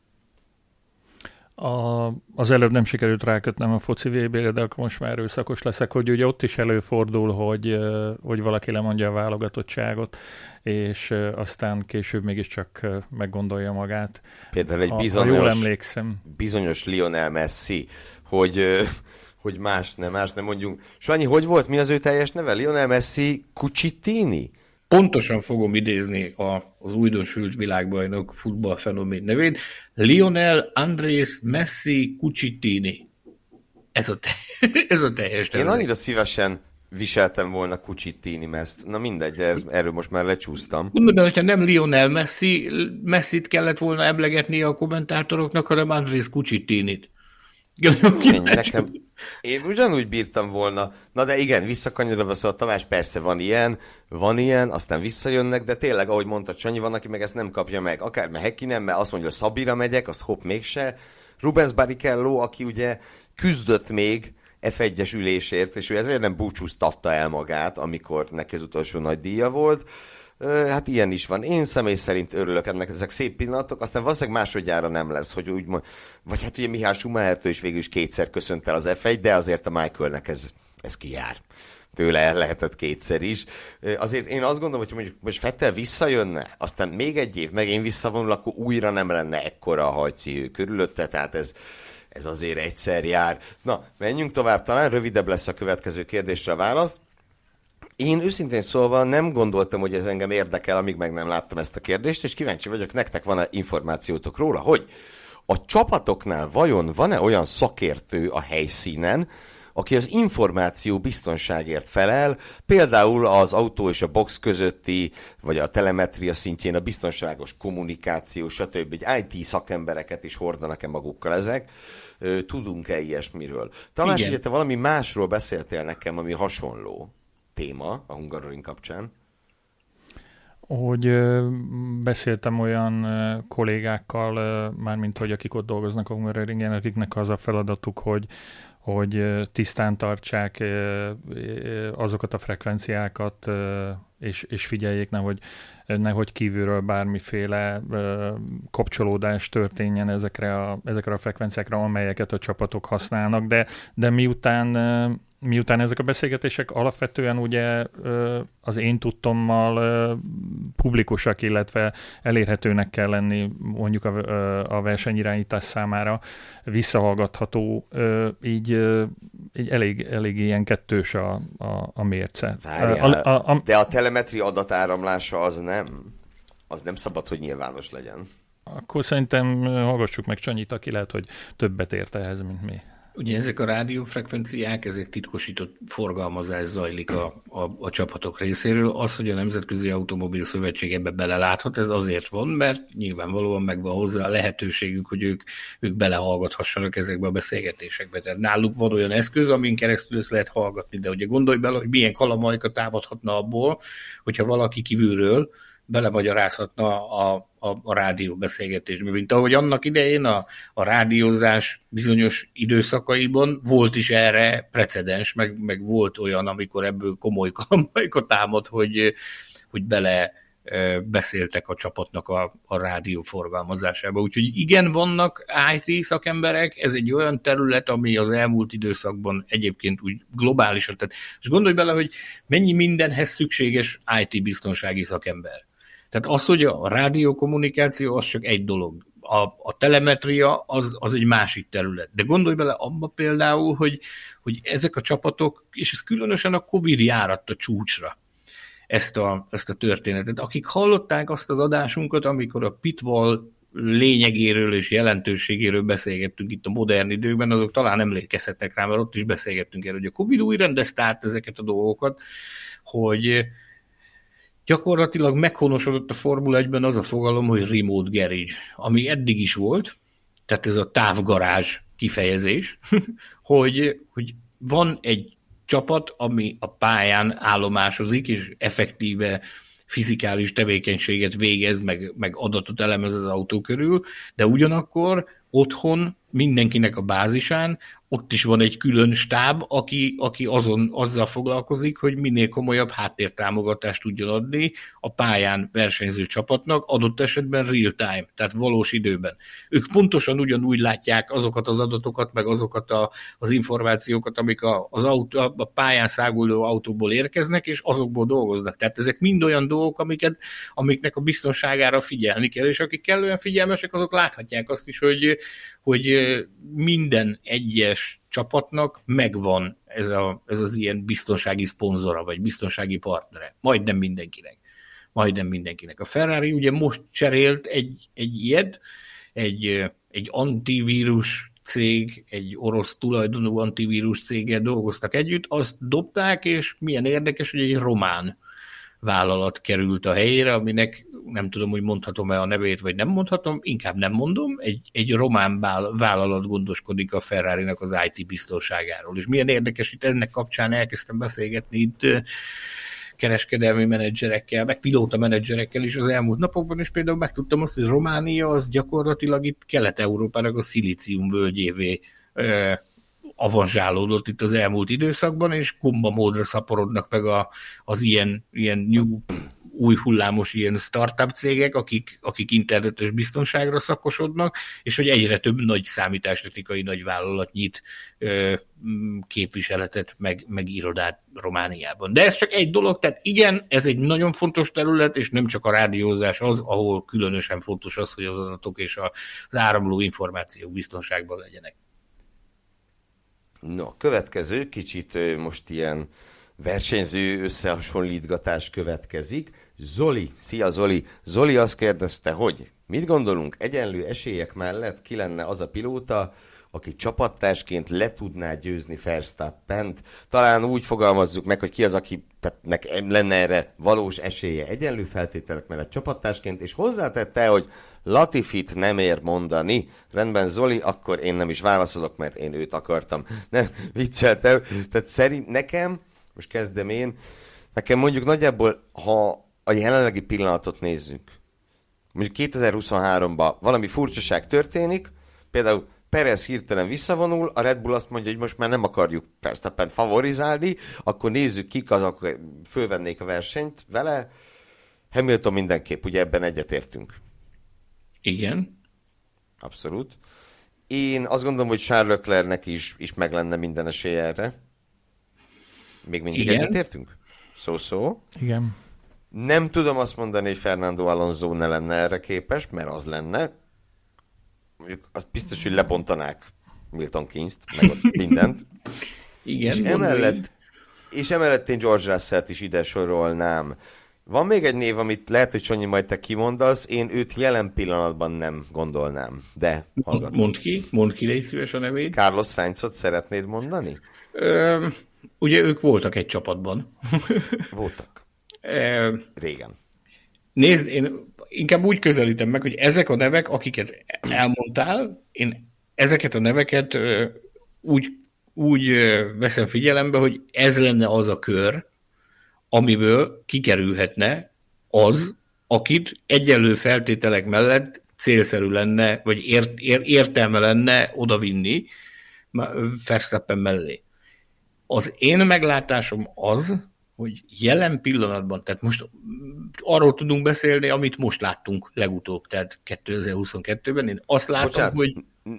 Az előbb nem sikerült rákötnem a foci VB-re, de akkor most már erőszakos leszek, hogy ugye ott is előfordul, hogy valaki lemondja a válogatottságot, és aztán később mégiscsak meggondolja magát. Például egy jól emlékszem. Bizonyos Lionel Messi, hogy más nem mondjunk. Sanyi, hogy volt? Mi az ő teljes neve? Lionel Messi Cucitini? Pontosan fogom idézni az újdonsült világbajnok futballfenomén nevét. Lionel Andrés Messi Cucitini. Ez a teljes neve. Én annyira szívesen viseltem volna Cucitini meszt. Na mindegy, erről most már lecsúsztam. Mondom, hogyha nem Lionel Messit kellett volna emlegetni a kommentátoroknak, hanem Andrés Cucitinit. Én ugyanúgy bírtam volna. Na de igen, visszakanyarodva, szóval Tamás, persze van ilyen, aztán visszajönnek, de tényleg, ahogy mondta Sanyi, van, aki meg ezt nem kapja meg. Akár Häkkinen, mert azt mondja, hogy Szabira megyek, az hopp mégse. Rubens Barrichello, aki ugye küzdött még F1-es ülésért, és ő ezért nem búcsúztatta el magát, amikor neki az utolsó nagy díja volt. Hát ilyen is van. Én személy szerint örülök ennek, ezek szép pillanatok, aztán valószínűleg másodjára nem lesz, hogy úgy vagy hát ugye Mihály Schumachertől is végül is kétszer köszönt el az F1, de azért a Michaelnek ez kijár. Tőle el lehetett kétszer is. Azért én azt gondolom, hogy mondjuk most Vettel visszajönne, aztán még egy év, meg én visszavonul, akkor újra nem lenne ekkora a hajcihő körülötte, tehát ez azért egyszer jár. Na, menjünk tovább, talán rövidebb lesz a következő kérdésre a válasz. Én őszintén szólva nem gondoltam, hogy ez engem érdekel, amíg meg nem láttam ezt a kérdést, és kíváncsi vagyok, nektek van-e információtok róla, hogy a csapatoknál vajon van-e olyan szakértő a helyszínen, aki az információ biztonságért felel, például az autó és a box közötti, vagy a telemetria szintjén a biztonságos kommunikáció, stb. IT szakembereket is hordanak-e magukkal ezek? Tudunk-e ilyesmiről? Tamás, ugye te valami másról beszéltél nekem, ami hasonló téma a Hungaroring kapcsán. Hogy beszéltem olyan kollégákkal, mármint hogy akik ott dolgoznak a Hungaroringen, akiknek az a feladatuk, hogy tisztán tartsák azokat a frekvenciákat, és figyeljék, nehogy kívülről bármiféle kapcsolódás történjen ezekre a frekvenciákra, amelyeket a csapatok használnak, de miután ezek a beszélgetések alapvetően ugye az én tudtommal publikusak, illetve elérhetőnek kell lenni mondjuk a versenyirányítás számára, visszahallgatható, így elég ilyen kettős a mérce. Várjál, de a telemetri adatáramlása az nem szabad, hogy nyilvános legyen. Akkor szerintem hallgassuk meg Csanyit, aki lehet, hogy többet ért ehhez, mint mi. Ugye ezek a rádiófrekvenciák, ezek titkosított forgalmazás zajlik a csapatok részéről. Az, hogy a Nemzetközi Automobil Szövetség ebbe beleláthat, ez azért van, mert nyilvánvalóan megvan hozzá a lehetőségük, hogy ők belehallgathassanak ezekbe a beszélgetésekbe. Tehát náluk van olyan eszköz, amin keresztül ezt lehet hallgatni, de ugye gondolj bele, hogy milyen kalamajka támadhatna abból, hogyha valaki kívülről belemagyarázhatna a rádióbeszélgetésbe, mint ahogy annak idején a rádiózás bizonyos időszakaiban volt is erre precedens, meg volt olyan, amikor ebből komoly kalamajka támad, hogy bele beszéltek a csapatnak a rádió forgalmazásába. Úgyhogy igen, vannak IT szakemberek, ez egy olyan terület, ami az elmúlt időszakban egyébként úgy globálisan, tehát, és gondolj bele, hogy mennyi mindenhez szükséges IT biztonsági szakember. Tehát az, hogy a rádiókommunikáció, az csak egy dolog. A telemetria az egy másik terület. De gondolj bele abba például, hogy ezek a csapatok, és ez különösen a Covid járatta csúcsra ezt a történetet. Akik hallották azt az adásunkat, amikor a pitfall lényegéről és jelentőségéről beszélgettünk itt a modern időkben, azok talán emlékezhetnek rá, mert ott is beszélgettünk erről, hogy a Covid úgy rendezte át ezeket a dolgokat, hogy gyakorlatilag meghonosodott a Formula 1-ben az a fogalom, hogy remote garage, ami eddig is volt, tehát ez a távgarázs kifejezés, hogy van egy csapat, ami a pályán állomásozik, és effektíve fizikális tevékenységet végez, meg adatot elemez az autó körül, de ugyanakkor otthon mindenkinek a bázisán ott is van egy külön stáb, aki azzal foglalkozik, hogy minél komolyabb háttértámogatást tudjon adni a pályán versenyző csapatnak, adott esetben real time, tehát valós időben. Ők pontosan ugyanúgy látják azokat az adatokat, meg azokat az információkat, amik a pályán száguldó autóból érkeznek, és azokból dolgoznak. Tehát ezek mind olyan dolgok, amiknek a biztonságára figyelni kell, és akik kellően figyelmesek, azok láthatják azt is, hogy minden egyes csapatnak megvan ez az ilyen biztonsági szponzora, vagy biztonsági partnere. Majdnem mindenkinek. A Ferrari ugye most cserélt egy ilyet, egy antivírus cég, egy orosz tulajdonú antivírus céggel dolgoztak együtt, azt dobták, és milyen érdekes, hogy egy román vállalat került a helyére, aminek nem tudom, hogy mondhatom-e a nevét, vagy nem mondhatom, inkább nem mondom, egy román vállalat gondoskodik a Ferrarinak az IT biztonságáról. És milyen érdekes, itt ennek kapcsán elkezdtem beszélgetni itt kereskedelmi menedzserekkel, meg pilóta menedzserekkel is az elmúlt napokban, és például megtudtam azt, hogy Románia az gyakorlatilag itt Kelet-Európának a szilícium völgyévé avanzsálódott itt az elmúlt időszakban, és kumba módra szaporodnak meg az ilyen új hullámos ilyen startup cégek, akik internetes biztonságra szakosodnak, és hogy egyre több nagy számítástechnikai nagyvállalat nyit képviseletet, meg irodát Romániában. De ez csak egy dolog, tehát igen, ez egy nagyon fontos terület, és nem csak a rádiózás az, ahol különösen fontos az, hogy az adatok és az áramló információk biztonságban legyenek. No, következő, kicsit most ilyen versenyző összehasonlítgatás következik. Zoli, szia Zoli! Zoli azt kérdezte, hogy mit gondolunk, egyenlő esélyek mellett ki lenne az a pilóta, aki csapattársként le tudná győzni Verstappent. Talán úgy fogalmazzuk meg, hogy ki az, akinek lenne erre valós esélye egyenlő feltételek mellett csapattársként, és hozzátette, hogy Latifit nem ér mondani. Rendben, Zoli, akkor én nem is válaszolok, mert én őt akartam. Nem, vicceltem. Tehát szerint nekem, most kezdem én, nekem mondjuk nagyjából, ha a jelenlegi pillanatot nézzük, mondjuk 2023-ban valami furcsaság történik, például Perez hirtelen visszavonul, a Red Bull azt mondja, hogy most már nem akarjuk Verstappent favorizálni, akkor nézzük kik azok, fölvennék a versenyt vele. Hamilton mindenképp, ugye ebben egyetértünk. Igen. Abszolút. Én azt gondolom, hogy Charles Leclercnek is meg lenne minden esélye erre. Még mindig egyetértünk? Szó. Igen. Nem tudom azt mondani, hogy Fernando Alonso ne lenne erre képes, mert az lenne. Mondjuk azt biztos, hogy lebontanák Milton Keynes-t, meg ott mindent. Igen. És emellett én George Russellt is ide sorolnám. Van még egy név, amit lehet, hogy Sonyi majd te kimondasz, én őt jelen pillanatban nem gondolnám, de hallgatom. Mondd ki, légy szíves a nevét. Carlos Sainzot szeretnéd mondani? Ugye ők voltak egy csapatban. Voltak. Régen. Nézd, én inkább úgy közelítem meg, hogy ezek a nevek, akiket elmondtál, én ezeket a neveket úgy veszem figyelembe, hogy ez lenne az a kör, amiből kikerülhetne az, akit egyenlő feltételek mellett célszerű lenne, vagy értelme lenne odavinni Verstappen mellé. Az én meglátásom az, hogy jelen pillanatban, tehát most arról tudunk beszélni, amit most láttunk legutóbb, tehát 2022-ben, én azt látom, bocsánat, hogy...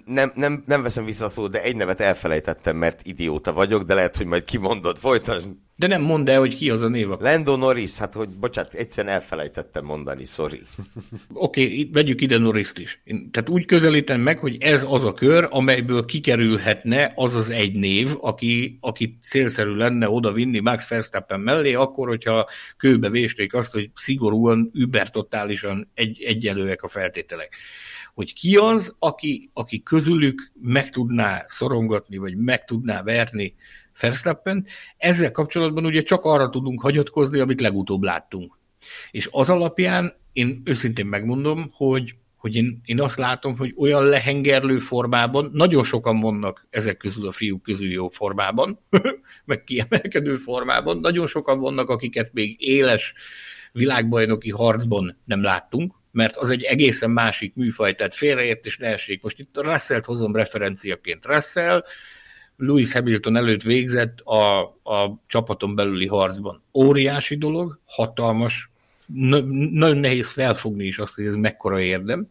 Nem veszem vissza a szót, de egy nevet elfelejtettem, mert idióta vagyok, de lehet, hogy majd kimondod, folytasd. De nem mondd el, hogy ki az a név. Lando Norris, hát hogy, bocsánat, egyszerűen elfelejtettem mondani, sorry. Oké, vegyük ide Norrist is. Tehát úgy közelítem meg, hogy ez az a kör, amelyből kikerülhetne az az egy név, aki célszerű lenne oda vinni Max Verstappen mellé, akkor, hogyha kőbe vésték azt, hogy szigorúan, übertotálisan egyenlőek a feltételek. Hogy ki az, aki közülük meg tudná szorongatni, vagy meg tudná verni Verstappen, ezzel kapcsolatban ugye csak arra tudunk hagyatkozni, amit legutóbb láttunk. És az alapján én őszintén megmondom, hogy én azt látom, hogy olyan lehengerlő formában, nagyon sokan vannak ezek közül a fiúk közül jó formában, meg kiemelkedő formában, nagyon sokan vannak, akiket még éles világbajnoki harcban nem láttunk, mert az egy egészen másik műfaj, tehát félreértés ne essék. Most itt a Russellt hozom referenciaként. Russell Lewis Hamilton előtt végzett a csapaton belüli harcban. Óriási dolog, hatalmas, nagyon nehéz felfogni is azt, hogy ez mekkora érdem,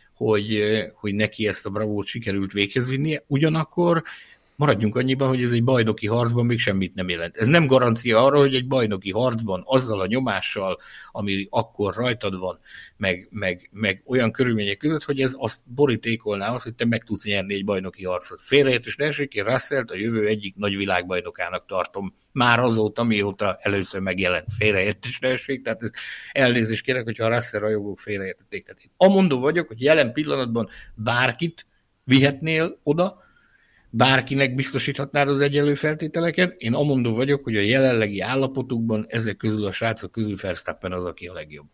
hogy neki ezt a bravót sikerült véghez vinnie. Ugyanakkor maradjunk annyiban, hogy ez egy bajnoki harcban még semmit nem jelent. Ez nem garancia arra, hogy egy bajnoki harcban azzal a nyomással, ami akkor rajtad van, meg olyan körülmények között, hogy ez azt borítékolná azt, hogy te meg tudsz nyerni egy bajnoki harcot. Félreértés ne esik, én Russellt a jövő egyik nagy világbajnokának tartom. Már azóta, mióta először megjelent. Félreértés ne esik, tehát ez elnézést kérek, hogyha a Russell rajongók félreértették. Tehát én amondó vagyok, hogy jelen pillanatban bárkit vihetnél oda, bárkinek biztosíthatnád az egyenlő feltételeket. Én amondó vagyok, hogy a jelenlegi állapotukban ezek közül a srácok közül Verstappen az, aki a legjobb.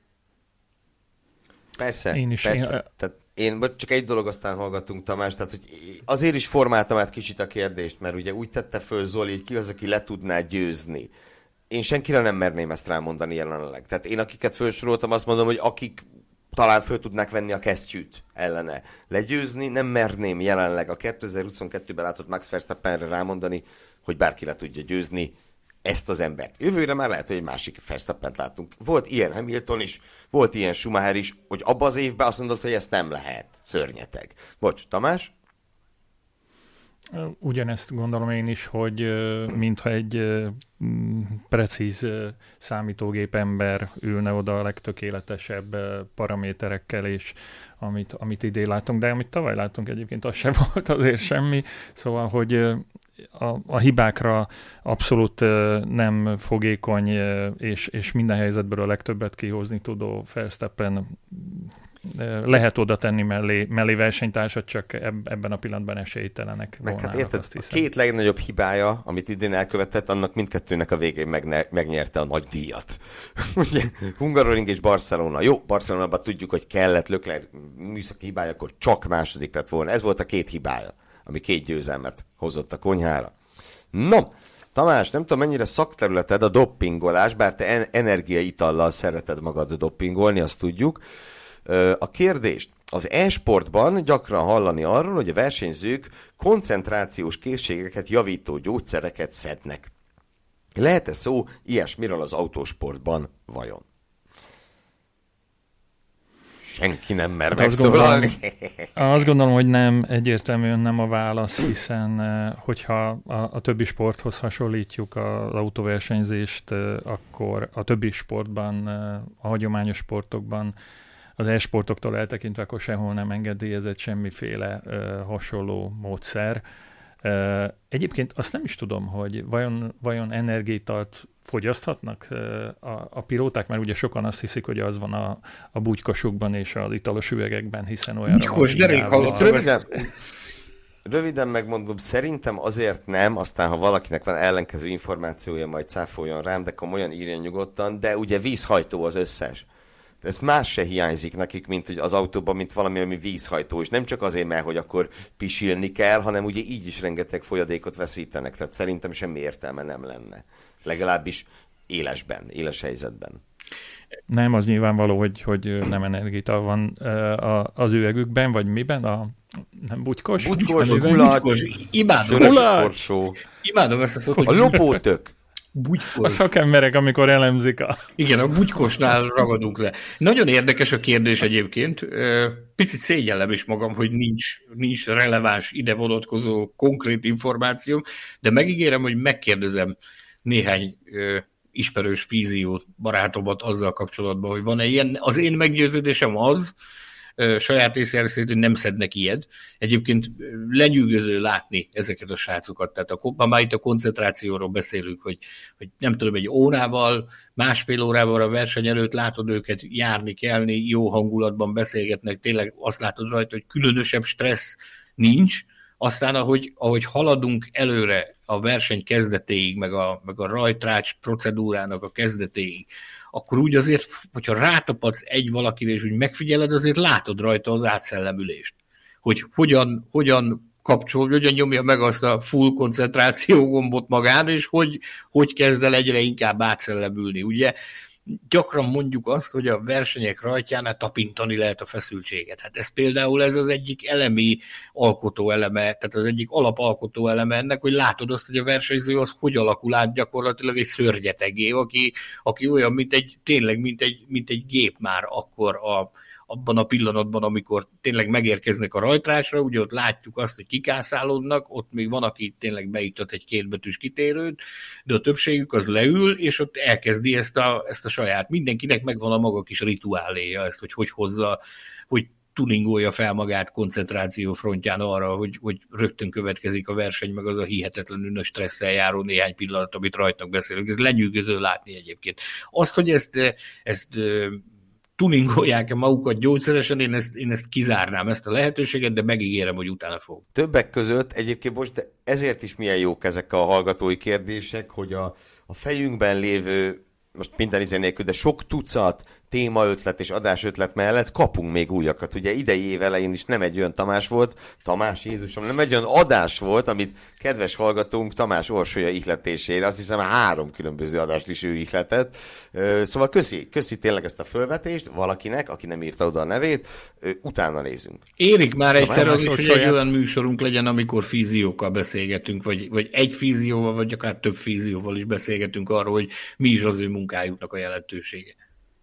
Persze, én is. persze. Tehát én csak egy dolog, aztán hallgattunk Tamás, tehát hogy azért is formáltam át kicsit a kérdést, mert ugye úgy tette föl Zoli, hogy ki az, aki le tudná győzni. Én senkire nem merném ezt rámondani jelenleg. Tehát én, akiket felsoroltam, azt mondom, hogy akik talán föl tudnák venni a kesztyűt ellene. Legyőzni nem merném jelenleg a 2022-ben látott Max Verstappenre rámondani, hogy bárki le tudja győzni ezt az embert. Jövőre már lehet, hogy egy másik Verstappent látunk. Volt ilyen Hamilton is, volt ilyen Schumacher is, hogy abban az évben azt mondott, hogy ezt nem lehet. Szörnyeteg. Bocs, Tamás? Ugyanezt gondolom én is, hogy mintha egy precíz számítógép ember ülne oda a legtökéletesebb paraméterekkel, és amit idén látunk, de amit tavaly látunk egyébként, az sem volt azért semmi, szóval, hogy a hibákra abszolút nem fogékony, és minden helyzetből a legtöbbet kihozni tudó Verstappen lehet oda tenni mellé versenytársat, csak ebben a pillanatban esélytelenek volnának, hát érted, azt hiszem. A két legnagyobb hibája, amit idén elkövetett, annak mindkettőnek a végén megnyerte a nagy díjat. Ugye, Hungaroring és Barcelona. Jó, Barcelonában tudjuk, hogy kellett Leclerc műszaki hibája, akkor csak második lett volna. Ez volt a két hibája, ami 2 győzelmet hozott a konyhára. No, Tamás, nem tudom, mennyire szakterületed a doppingolás, bár te energiaitallal szereted magad doppingolni, azt tudjuk. A kérdést: az e-sportban gyakran hallani arról, hogy a versenyzők koncentrációs készségeket javító gyógyszereket szednek. Lehet-e szó ilyesmiről az autósportban vajon? Senki nem mer megszólalni. Azt gondolom, hogy nem, egyértelműen nem a válasz, hiszen hogyha a többi sporthoz hasonlítjuk az autóversenyzést, akkor a többi sportban, a hagyományos sportokban, az e-sportoktól eltekintve, akkor sehol nem engedélyezett semmiféle hasonló módszer. Egyébként azt nem is tudom, hogy vajon energiaitalt fogyaszthatnak a pilóták, mert ugye sokan azt hiszik, hogy az van a bugykosukban és az italos üvegekben, hiszen olyan... Bugykos, derék Röviden megmondom, szerintem azért nem, aztán ha valakinek van ellenkező információja, majd cáfoljon rám, de komolyan írjon nyugodtan, de ugye vízhajtó az összes. Ez más se hiányzik nekik, mint hogy az autóban, mint valami, ami vízhajtó, és nem csak azért, mert hogy akkor pisilni kell, hanem ugye így is rengeteg folyadékot veszítenek, tehát szerintem semmi értelme nem lenne. Legalábbis éles helyzetben. Nem, az nyilvánvaló, hogy nem energiaital van az üvegükben, vagy miben? Nem bugykos? Bugykos, gulacs, imádom ezt a szót, a lopótök. Bugykos. A szakemberek, amikor elemzik Igen, a bugykosnál ragadunk le. Nagyon érdekes a kérdés egyébként. Picit szégyellem is magam, hogy nincs releváns ide vonatkozó konkrét információ, de megígérem, hogy megkérdezem néhány ismerős fízió barátomat azzal kapcsolatban, hogy van-e ilyen. Az én meggyőződésem az, saját részéről szerint, hogy nem szednek ilyet. Egyébként lenyűgöző látni ezeket a srácokat. Tehát már itt a koncentrációról beszélünk, hogy nem tudom, egy órával, másfél órával a verseny előtt látod őket járni, kelni, jó hangulatban beszélgetnek, tényleg azt látod rajta, hogy különösebb stressz nincs. Aztán, ahogy haladunk előre a verseny kezdetéig, meg a rajtrács procedúrának a kezdetéig, akkor úgy azért, hogyha rátapadsz egy valakire, és úgy megfigyeled, azért látod rajta az átszellemülést. Hogy hogyan kapcsol, hogyan nyomja meg azt a full koncentráció gombot magán, és hogy kezd el egyre inkább átszellemülni. Ugye gyakran mondjuk azt, hogy a versenyek rajtjánál tapintani lehet a feszültséget. Hát ez például ez az egyik elemi alkotó eleme, tehát az egyik alapalkotó eleme ennek, hogy látod azt, hogy a versenyző az hogy alakul át gyakorlatilag egy szörnyetegé, aki olyan, mint egy gép már akkor abban a pillanatban, amikor tényleg megérkeznek a rajtrásra, ugye ott látjuk azt, hogy kikászálódnak, ott még van, aki tényleg beiktat egy kétbetűs kitérőt, de a többségük az leül, és ott elkezdi ezt a saját. Mindenkinek megvan a maga kis rituáléja, ezt, hogy hozza, hogy tuningolja fel magát koncentráció frontján arra, hogy rögtön következik a verseny, meg az a hihetetlenül nagy stresszel járó néhány pillanat, amit rajtnak beszélünk. Ez lenyűgöző látni egyébként. Azt, hogy ezt tuningolják-e magukat gyógyszeresen, én ezt kizárnám, ezt a lehetőséget, de megígérem, hogy utána fogok. Többek között egyébként most, de ezért is milyen jók ezek a hallgatói kérdések, hogy a fejünkben lévő, most minden izé nélkül, de sok tucat témaötlet és adásötlet mellett kapunk még újakat. Ugye idei év elején is nem egy olyan Tamás Jézusom, nem egy olyan adás volt, amit kedves hallgatónk Tamás Orsolya ihletésére, azt hiszem 3 különböző adást is ő ihletett. Szóval köszi tényleg ezt a fölvetést valakinek, aki nem írta oda a nevét, utána nézünk. Érik már egyszer az is, hogy egy olyan műsorunk legyen, amikor fíziókkal beszélgetünk, vagy egy fízióval, vagy akár több fízióval is beszélgetünk arról, hogy mi is az ő munkájuknak a jelentősége.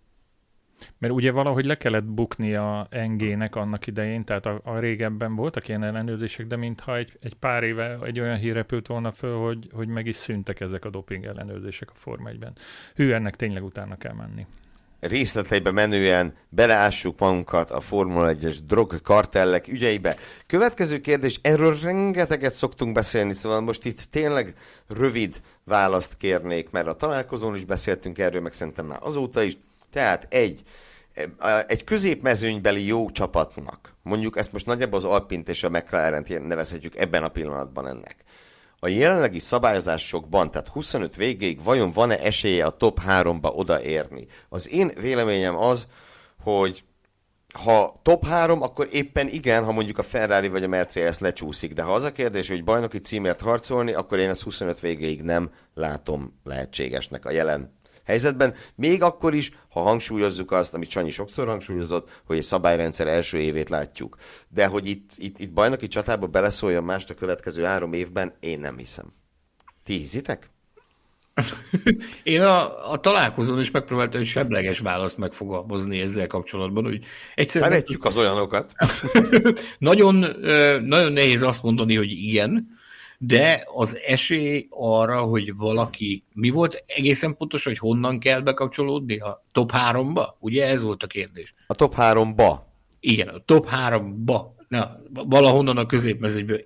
Mert ugye valahogy le kellett bukni a NG-nek annak idején, tehát a régebben voltak ilyen ellenőrzések, de mintha egy pár éve egy olyan hír repült volna föl, hogy meg is szűntek ezek a doping ellenőrzések a Forma 1-ben. Hű, ennek tényleg utána kell menni. Részleteibe menően beleássuk magunkat a Formula 1-es drogkartellek ügyeibe. Következő kérdés, erről rengeteget szoktunk beszélni, szóval most itt tényleg rövid választ kérnék, mert a találkozón is beszéltünk erről, meg szerintem már azóta is. Tehát egy középmezőnybeli jó csapatnak, mondjuk ezt most nagyjából az Alpint és a McLarent nevezhetjük ebben a pillanatban ennek. A jelenlegi szabályozásokban, tehát 25 végéig vajon van-e esélye a top 3-ba odaérni? Az én véleményem az, hogy ha top 3, akkor éppen igen, ha mondjuk a Ferrari vagy a Mercedes lecsúszik, de ha az a kérdés, hogy bajnoki címért harcolni, akkor én ezt 25 végéig nem látom lehetségesnek a jelen helyzetben, még akkor is, ha hangsúlyozzuk azt, amit Sanyi sokszor hangsúlyozott, hogy egy szabályrendszer első évét látjuk. De hogy itt bajnoki csatába beleszóljon mást a következő 3 évben, én nem hiszem. Ti hiszitek? Én a találkozón is megpróbáltam egy semleges választ megfogalmazni ezzel kapcsolatban, hogy egyszerűen... Szeretjük az olyanokat. nagyon nehéz azt mondani, hogy igen, de az esély arra, hogy valaki... Mi volt egészen pontos, hogy honnan kell bekapcsolódni? A top 3-ba? Ugye ez volt a kérdés? A top 3-ba. Igen, a top 3-ba valahonnan a középmezőgyből.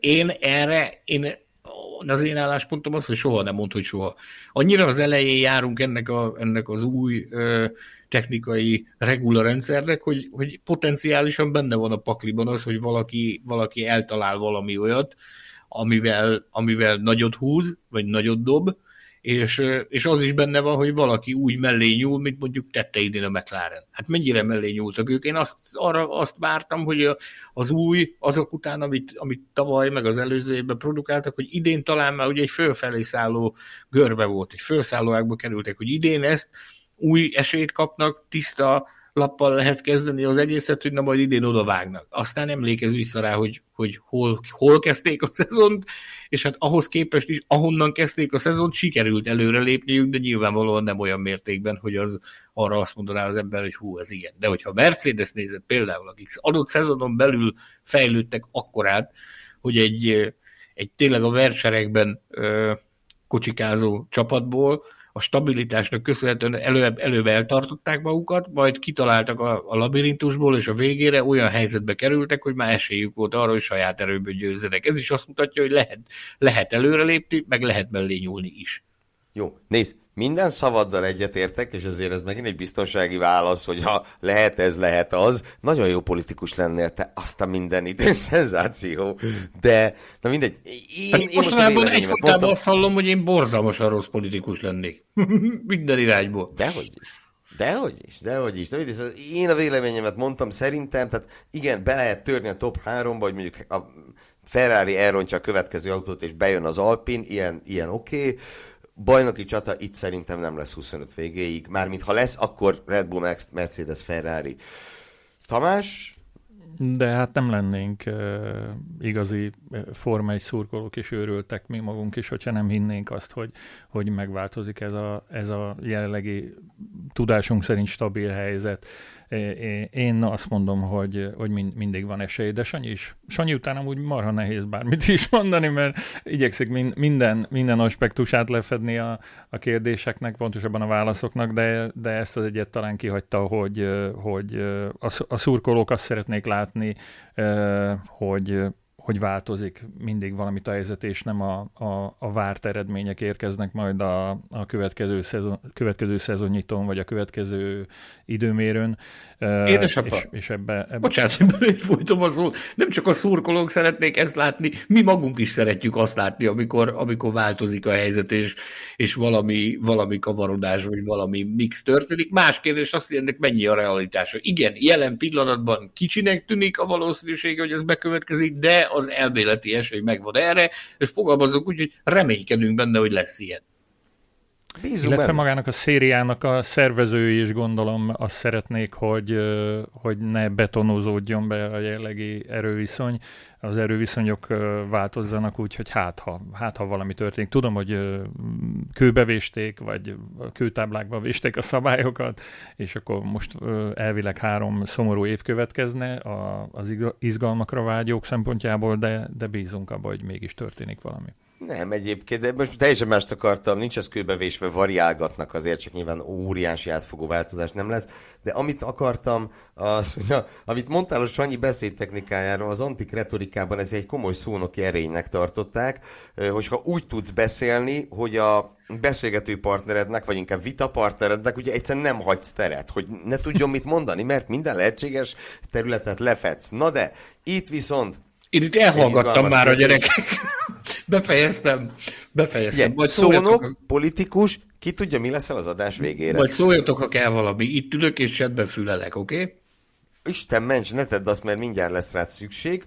Az én álláspontom az, hogy soha nem mondd, hogy soha. Annyira az elején járunk ennek az új technikai regularrendszernek, hogy potenciálisan benne van a pakliban az, hogy valaki eltalál valami olyat, amivel nagyot húz, vagy nagyot dob, és az is benne van, hogy valaki úgy mellé nyúl, mint mondjuk tette idén a McLaren. Hát mennyire mellé nyúltak ők? Én azt vártam, hogy azok után, amit tavaly, meg az előző évben produkáltak, hogy idén talán már ugye egy fölfelé szálló görbe volt, egy fölszálló ágba kerültek, hogy idén ezt új esélyt kapnak, tiszta lappal lehet kezdeni az egészet, hogy na majd idén odavágnak. Aztán emlékezz vissza rá, hogy hol kezdték a szezont, és hát ahhoz képest is, ahonnan kezdték a szezont, sikerült előrelépniük, de nyilvánvalóan nem olyan mértékben, hogy az arra azt mondaná az ember, hogy hú, ez igen. De hogyha Mercedes nézett például, akik adott szezonon belül fejlődtek akkorát, hogy egy tényleg a versenyekben kocsikázó csapatból a stabilitásnak köszönhetően előbb eltartották magukat, majd kitaláltak a labirintusból, és a végére olyan helyzetbe kerültek, hogy már esélyük volt arra, hogy saját erőből győzzenek. Ez is azt mutatja, hogy lehet előrelépni, meg lehet mellé nyúlni is. Jó, nézd, minden szavaddal egyetértek, és azért ez megint egy biztonsági válasz, hogy ha lehet ez, lehet az. Nagyon jó politikus lennél te, azt a mindenit, szenzáció. De, na mindegy. Én mostanában egyfolytában azt hallom, hogy én borzalmasan rossz politikus lennék. Minden irányból. Dehogy is. Én a véleményemet mondtam, szerintem, tehát igen, be lehet törni a top 3-ba, hogy mondjuk a Ferrari elrontja a következő autót, és bejön az Alpine, ilyen oké. Bajnoki csata itt szerintem nem lesz 25 végéig. Mármint ha lesz, akkor Red Bull, Mercedes, Ferrari. Tamás? De hát nem lennénk igazi Forma 1 szurkolók, és őrültek mi magunk is, hogyha nem hinnénk azt, hogy megváltozik ez a jelenlegi tudásunk szerint stabil helyzet. Én azt mondom, hogy mindig van esély, de Sanyi után amúgy marha nehéz bármit is mondani, mert igyekszik minden aspektusát lefedni a kérdéseknek, pontosabban a válaszoknak, de ezt az egyet talán kihagyta, hogy a szurkolók azt szeretnék látni, hogy változik mindig valamit a helyzet, és nem a várt eredmények érkeznek majd a következő szezonnyitón, vagy a következő időmérőn. Édesapa, és ebbe... Bocsánat, hogy folytom a szót. Nem csak a szurkolók szeretnék ezt látni, mi magunk is szeretjük azt látni, amikor változik a helyzet, és valami kavarodás, vagy valami mix történik. Más kérdés azt, hogy ennek mennyi a realitása. Igen, jelen pillanatban kicsinek tűnik a valószínűsége, hogy ez bekövetkezik, de az elméleti esély megvan erre, és fogalmazunk úgy, hogy reménykedünk benne, hogy lesz ilyen. Illetve benne. Magának a szériának a szervezői is gondolom azt szeretnék, hogy ne betonozódjon be a jellegi erőviszony, az erőviszonyok változzanak úgy, hogy hát ha valami történik. Tudom, hogy kőbe vésték, vagy kőtáblákba vésték a szabályokat, és akkor most elvileg 3 szomorú év következne az izgalmakra vágyók szempontjából, de bízunk abba, hogy mégis történik valami. Nem egyébként, de most teljesen mást akartam, nincs ez kőbevésve, variálgatnak azért, csak nyilván óriási átfogó változás nem lesz, de amit akartam, az, hogy amit mondtál a Sanyi beszédtechnikájáról, az antik retorikában ez egy komoly szónoki erénynek tartották, hogyha úgy tudsz beszélni, hogy a beszélgető partnerednek, vagy inkább vita partnerednek, ugye egyszerűen nem hagysz teret, hogy ne tudjon mit mondani, mert minden lehetséges területet lefedsz. Na de, itt viszont... Én itt elhallgattam már a gyerekek. Befejeztem. Igen, majd szónok, politikus, ki tudja, mi leszel az adás végére. Vagy szóljatok, ha kell valami. Itt ülök és chatben fülelek, oké? Okay? Isten ments, ne tedd azt, mert mindjárt lesz rád szükség.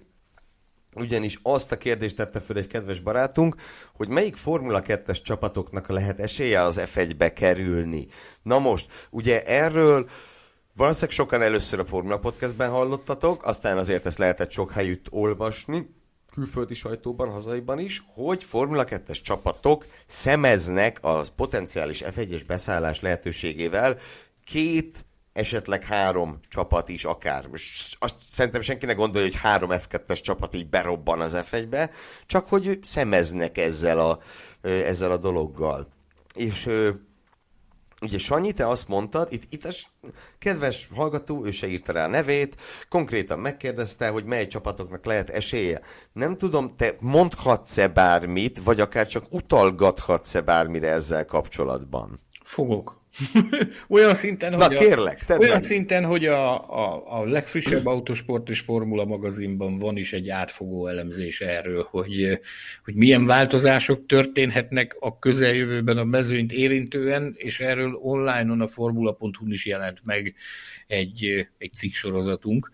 Ugyanis azt a kérdést tette föl egy kedves barátunk, hogy melyik Formula 2-es csapatoknak lehet esélye az F1-be kerülni. Na most, ugye erről valószínűleg sokan először a Formula Podcastben hallottatok, aztán azért ezt lehetett sok helyütt olvasni, külföldi sajtóban, hazaiban is, hogy Formula 2-es csapatok szemeznek a potenciális F1-es beszállás lehetőségével 2, esetleg 3 csapat is akár. Most azt szerintem senki ne gondolja, hogy 3 F2-es csapat így berobban az F1-be, csak hogy szemeznek ezzel a dologgal. És ugye Sanyi, te azt mondtad, itt a kedves hallgató, ő se írta rá a nevét, konkrétan megkérdezte, hogy mely csapatoknak lehet esélye. Nem tudom, te mondhatsz-e bármit, vagy akár csak utalgathatsz-e bármire ezzel kapcsolatban? Fogok. Olyan szinten, Na, hogy kérlek, olyan szinten, hogy a legfrissebb Autosport és Formula magazinban van is egy átfogó elemzés erről, hogy milyen változások történhetnek a közeljövőben a mezőnyt érintően, és erről online-on a formula.hu-n is jelent meg egy cikksorozatunk.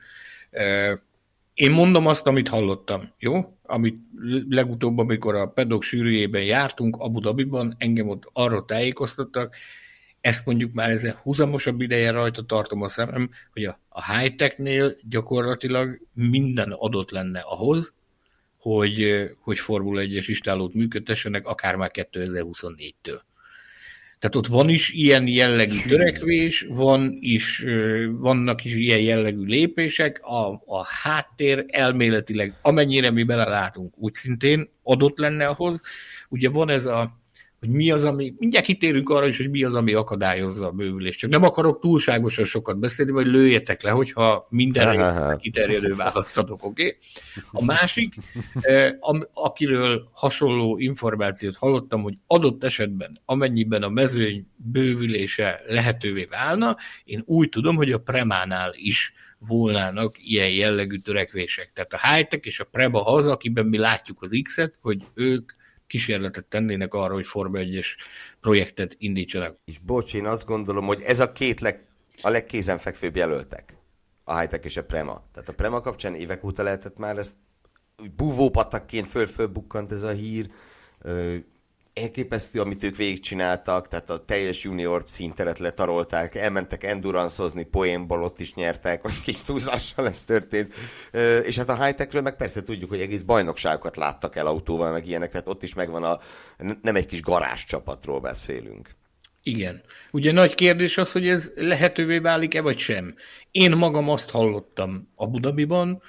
Én mondom azt, amit hallottam, jó? Amit legutóbb, amikor a Pedok sűrűjében jártunk, Abu Dhabiban, engem ott arra tájékoztattak, ezt mondjuk már ezen húzamosabb ideje rajta tartom a szemem, hogy a high-technél gyakorlatilag minden adott lenne ahhoz, hogy Formula 1-es istálót működtessenek, akár már 2024-től. Tehát ott van is ilyen jellegű törekvés, vannak is ilyen jellegű lépések, a háttér elméletileg, amennyire mi belelátunk, úgy szintén adott lenne ahhoz. Ugye van ez hogy mi az, ami, mindjárt kitérünk arra is, hogy mi az, ami akadályozza a bővülést. Csak nem akarok túlságosan sokat beszélni, vagy lőjetek le, hogyha minden kiterjedő választ adok, oké? A másik, akiről hasonló információt hallottam, hogy adott esetben, amennyiben a mezőny bővülése lehetővé válna, én úgy tudom, hogy a Premánál is volnának ilyen jellegű törekvések. Tehát a Hightech és a Prema az, akiben mi látjuk az X-et, hogy ők kísérletet tennének arra, hogy Forma 1-es projektet indítsanak. És bocs, én azt gondolom, hogy ez a két a legkézenfekvőbb jelöltek. A Hightech és a Prema. Tehát a Prema kapcsán évek óta lehetett már ezt búvópatakként fölbukkant ez a hír. Elképesztő, amit ők végigcsináltak, tehát a teljes junior színteret letarolták, elmentek endurance-ozni, poénból ott is nyertek, vagy kis túlzással ez történt. És hát a high-techről meg persze tudjuk, hogy egész bajnokságokat láttak el autóval, meg ilyenek, tehát ott is megvan nem egy kis garázs csapatról beszélünk. Igen. Ugye nagy kérdés az, hogy ez lehetővé válik-e, vagy sem. Én magam azt hallottam Abu Dhabiban,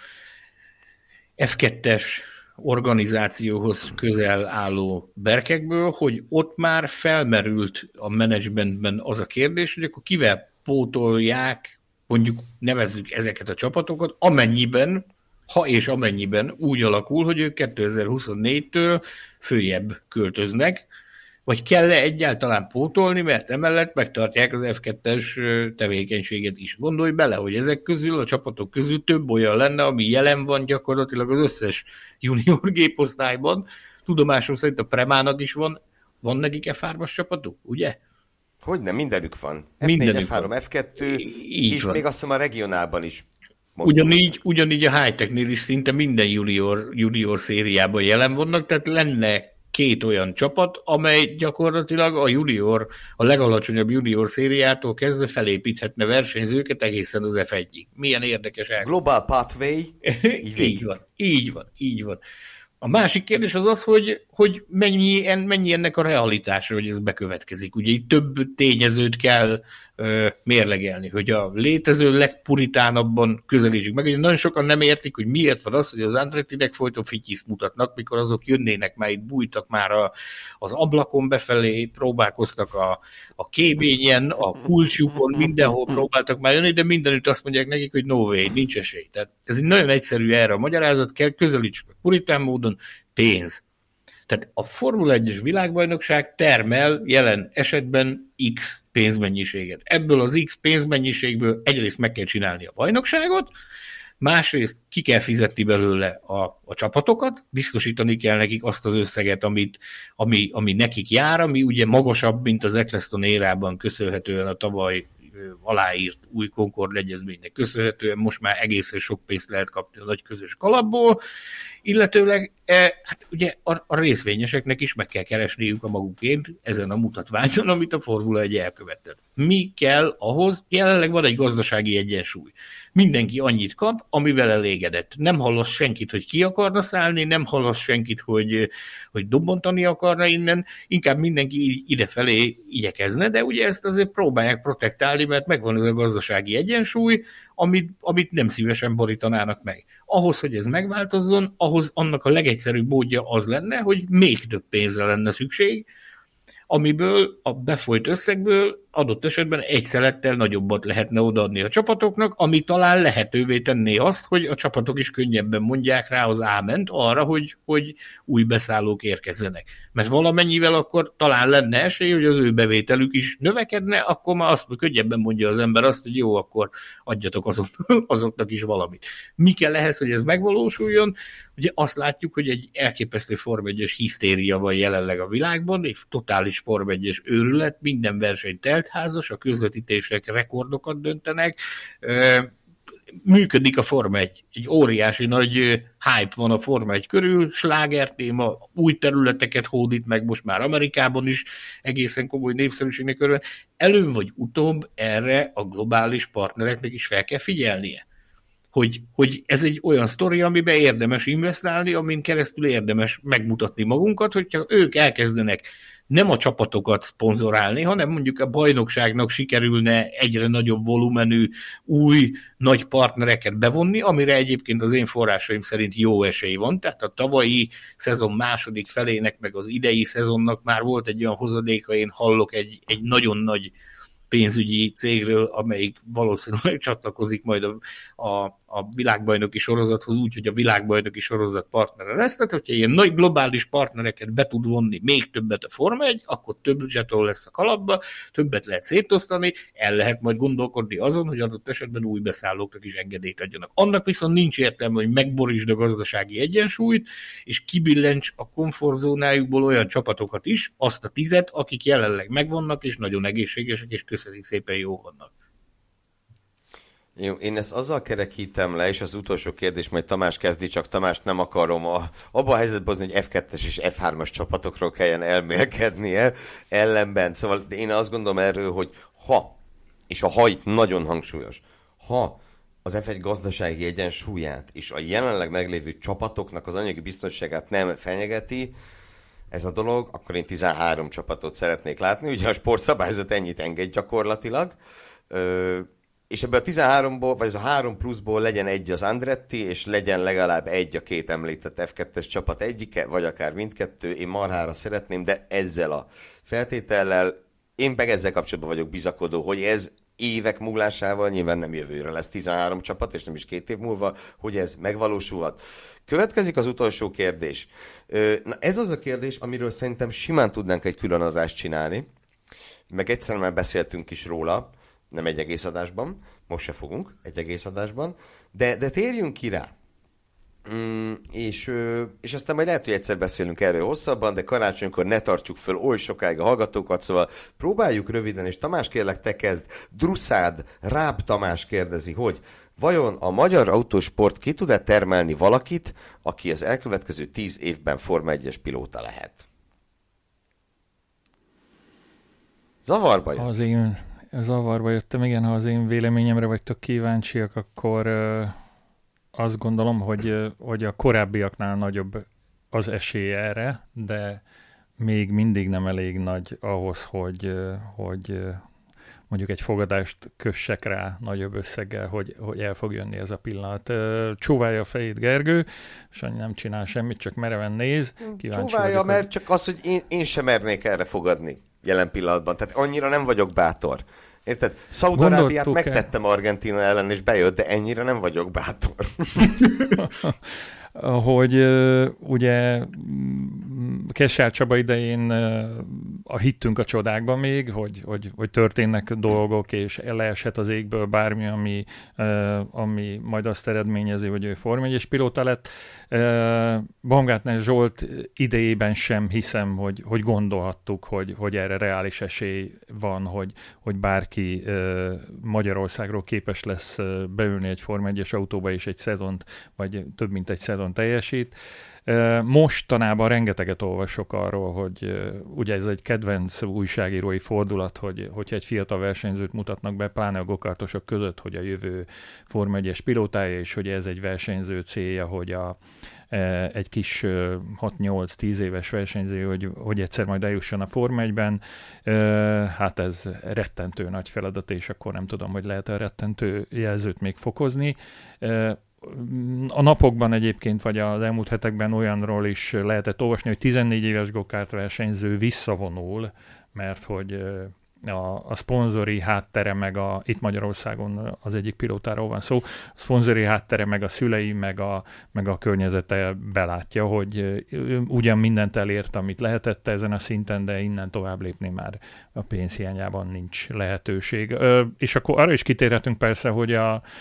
F2-es organizációhoz közel álló berkekből, hogy ott már felmerült a menedzsmentben az a kérdés, hogy akkor kivel pótolják, mondjuk nevezzük ezeket a csapatokat, amennyiben úgy alakul, hogy ők 2024-től följebb költöznek, vagy kell-e egyáltalán pótolni, mert emellett megtartják az F2-es tevékenységet is. Gondolj bele, hogy ezek közül, a csapatok közül több olyan lenne, ami jelen van gyakorlatilag az összes junior géposztályban. Tudomásom szerint a Premának is van nekik F3-as csapatuk, ugye? Hogyne, mindenük van. F4, F3, van. F2, így és van. Még azt hiszem a regionálban is. Ugyanígy a high-technél is szinte minden junior szériában jelen vannak, tehát lenne két olyan csapat, amely gyakorlatilag a legalacsonyabb junior szériától kezdve felépíthetne versenyzőket egészen az F1-ig. Milyen érdekes elgondolás. Global Pathway. Így van. A másik kérdés az, hogy mennyi ennek a realitása, hogy ez bekövetkezik. Ugye itt több tényezőt kell mérlegelni, hogy a létező legpuritánabban közelítsük meg. Ugye nagyon sokan nem értik, hogy miért van az, hogy az Andrettinek folyton fityiszt mutatnak, mikor azok jönnének, már itt bújtak már az ablakon befelé, próbálkoztak a kébényen, a kulcsukon, mindenhol próbáltak már jönni, de mindenütt azt mondják nekik, hogy no way, nincs esély. Tehát ez egy nagyon egyszerű erre a magyarázat, kell közelítsük meg puritán módon, pénz. Tehát a Formula 1-es világbajnokság termel jelen esetben X pénzmennyiséget. Ebből az X pénzmennyiségből egyrészt meg kell csinálni a bajnokságot, másrészt ki kell fizetni belőle a csapatokat, biztosítani kell nekik azt az összeget, ami nekik jár, ami ugye magasabb, mint az Eccleston érában köszönhetően a tavaly aláírt új Concord egyezménynek köszönhetően most már egészen sok pénzt lehet kapni a nagy közös kalapból, illetőleg hát ugye a részvényeseknek is meg kell keresniük a magukért ezen a mutatványon, amit a Formula 1 elkövetett. Mi kell ahhoz? Jelenleg van egy gazdasági egyensúly. Mindenki annyit kap, amivel elégedett. Nem hallasz senkit, hogy ki akarna szállni, nem hallasz senkit, hogy dobbantani akarna innen, inkább mindenki idefelé igyekezne, de ugye ezt azért próbálják protektálni, mert megvan ez a gazdasági egyensúly, amit nem szívesen borítanának meg. Ahhoz, hogy ez megváltozzon, annak a legegyszerűbb módja az lenne, hogy még több pénzre lenne szükség, amiből a befolyt összegből adott esetben egy szelettel nagyobbat lehetne odaadni a csapatoknak, ami talán lehetővé tenné azt, hogy a csapatok is könnyebben mondják rá az áment arra, hogy új beszállók érkezzenek. Mert valamennyivel akkor talán lenne esély, hogy az ő bevételük is növekedne, akkor már azt könnyebben mondja az ember azt, hogy jó, akkor adjatok azoknak is valamit. Mi kell ehhez, hogy ez megvalósuljon? Ugye azt látjuk, hogy egy elképesztő Forma 1-es hisztéria van jelenleg a világban, egy totális Forma 1-es őrület, minden verseny teltházas, a közvetítések rekordokat döntenek, működik a Forma 1. Egy óriási nagy hype van a Forma 1 körül, sláger téma, új területeket hódít meg most már Amerikában is, egészen komoly népszerűségnek körül. Előbb vagy utóbb erre a globális partnereknek is fel kell figyelnie. Hogy ez egy olyan sztori, amiben érdemes investálni, amin keresztül érdemes megmutatni magunkat, hogyha ők elkezdenek nem a csapatokat szponzorálni, hanem mondjuk a bajnokságnak sikerülne egyre nagyobb volumenű új nagy partnereket bevonni, amire egyébként az én forrásaim szerint jó esély van. Tehát a tavalyi szezon második felének, meg az idei szezonnak már volt egy olyan hozadéka, én hallok egy nagyon nagy pénzügyi cégről, amelyik valószínűleg csatlakozik majd a világbajnoki sorozathoz úgy, hogy a világbajnoki sorozat partnere lesz. Tehát, hogyha ilyen nagy globális partnereket be tud vonni még többet a Forma 1, akkor több zseton lesz a kalapba, többet lehet szétosztani, el lehet majd gondolkodni azon, hogy adott esetben új beszállóknak is engedélyt adjanak. Annak viszont nincs értelme, hogy megborítsd a gazdasági egyensúlyt, és kibillents a komfortzónájukból olyan csapatokat is, azt a 10, akik jelenleg megvannak, és nagyon egészségesek, és köszönjük szépen, jó vannak. Jó, én ezt azzal kerekítem le, és az utolsó kérdés majd Tamás kezdi, csak Tamást nem akarom abban a helyzetben hozni, hogy F2-es és F3-as csapatokról kelljen elmélkednie ellenben. Szóval én azt gondolom erről, hogy és a ha itt nagyon hangsúlyos, ha az F1 gazdasági egyensúlyát és a jelenleg meglévő csapatoknak az anyagi biztonságát nem fenyegeti, ez a dolog, akkor én 13 csapatot szeretnék látni. Ugye a sportszabályzat ennyit enged gyakorlatilag, és ebből a 13-ból, vagy az a 3 pluszból legyen egy az Andretti, és legyen legalább egy a két említett F2-es csapat egyike, vagy akár mindkettő. Én marhára szeretném, de ezzel a feltétellel, én meg ezzel kapcsolatban vagyok bizakodó, hogy ez évek múlásával, nyilván nem jövőre lesz 13 csapat, és nem is 2 év múlva, hogy ez megvalósulhat. Következik az utolsó kérdés. Na ez az a kérdés, amiről szerintem simán tudnánk egy külön adást csinálni, meg egyszer már beszéltünk is róla, nem egy egész adásban, most se fogunk egy egész adásban, de térjünk ki rá. És aztán majd lehet, hogy egyszer beszélünk erről hosszabban, de karácsonykor ne tartsuk föl oly sokáig a hallgatókat, szóval próbáljuk röviden, és Tamás, kérlek, te kezd. Druszád, Ráb Tamás kérdezi, hogy vajon a magyar autósport ki tud-e termelni valakit, aki az elkövetkező 10 évben Forma 1-es pilóta lehet? Zavarba jött. Zavarba jöttem, igen, ha az én véleményemre vagytok kíváncsiak, akkor azt gondolom, hogy a korábbiaknál nagyobb az esély erre, de még mindig nem elég nagy ahhoz, hogy mondjuk egy fogadást kössek rá nagyobb összeggel, hogy el fog jönni ez a pillanat. Csóválja a fejét Gergő, és nem csinál semmit, csak mereven néz. Csóválja, mert csak az, hogy én sem mernék erre fogadni jelen pillanatban. Tehát annyira nem vagyok bátor. Érted? Szaúd-Arábiát megtettem Argentína ellen, és bejött, de ennyire nem vagyok bátor. Hogy ugye Kessel Csaba idején hittünk a csodákban még, hogy történnek dolgok, és leeshet az égből bármi, ami majd azt eredményezi, hogy ő Forma 1-es pilóta lett. Baumgartner Zsolt idejében sem hiszem, hogy gondolhattuk, hogy erre reális esély van, hogy bárki Magyarországról képes lesz beülni egy Forma 1-es autóba, és egy szezont, vagy több mint egy szezon teljesít. Mostanában rengeteget olvasok arról, hogy ugye ez egy kedvenc újságírói fordulat, hogyha egy fiatal versenyzőt mutatnak be, pláne a gokartosok között, hogy a jövő Forma 1-es pilótája, és hogy ez egy versenyző célja, hogy egy kis 6-8-10 éves versenyző, hogy egyszer majd eljusson a Forma 1-ben. Hát ez rettentő nagy feladat, és akkor nem tudom, hogy lehet a rettentő jelzőt még fokozni. A napokban egyébként, vagy az elmúlt hetekben olyanról is lehetett olvasni, hogy 14 éves go-kart versenyző visszavonul, mert hogy a szponzori háttere, itt Magyarországon az egyik pilótáról van szó, a szponzori háttere, meg a szülei, meg a környezete belátja, hogy ugyan mindent elért, amit lehetett ezen a szinten, de innen tovább lépni már a pénzhiányában nincs lehetőség. És akkor arra is kitérhetünk persze, hogy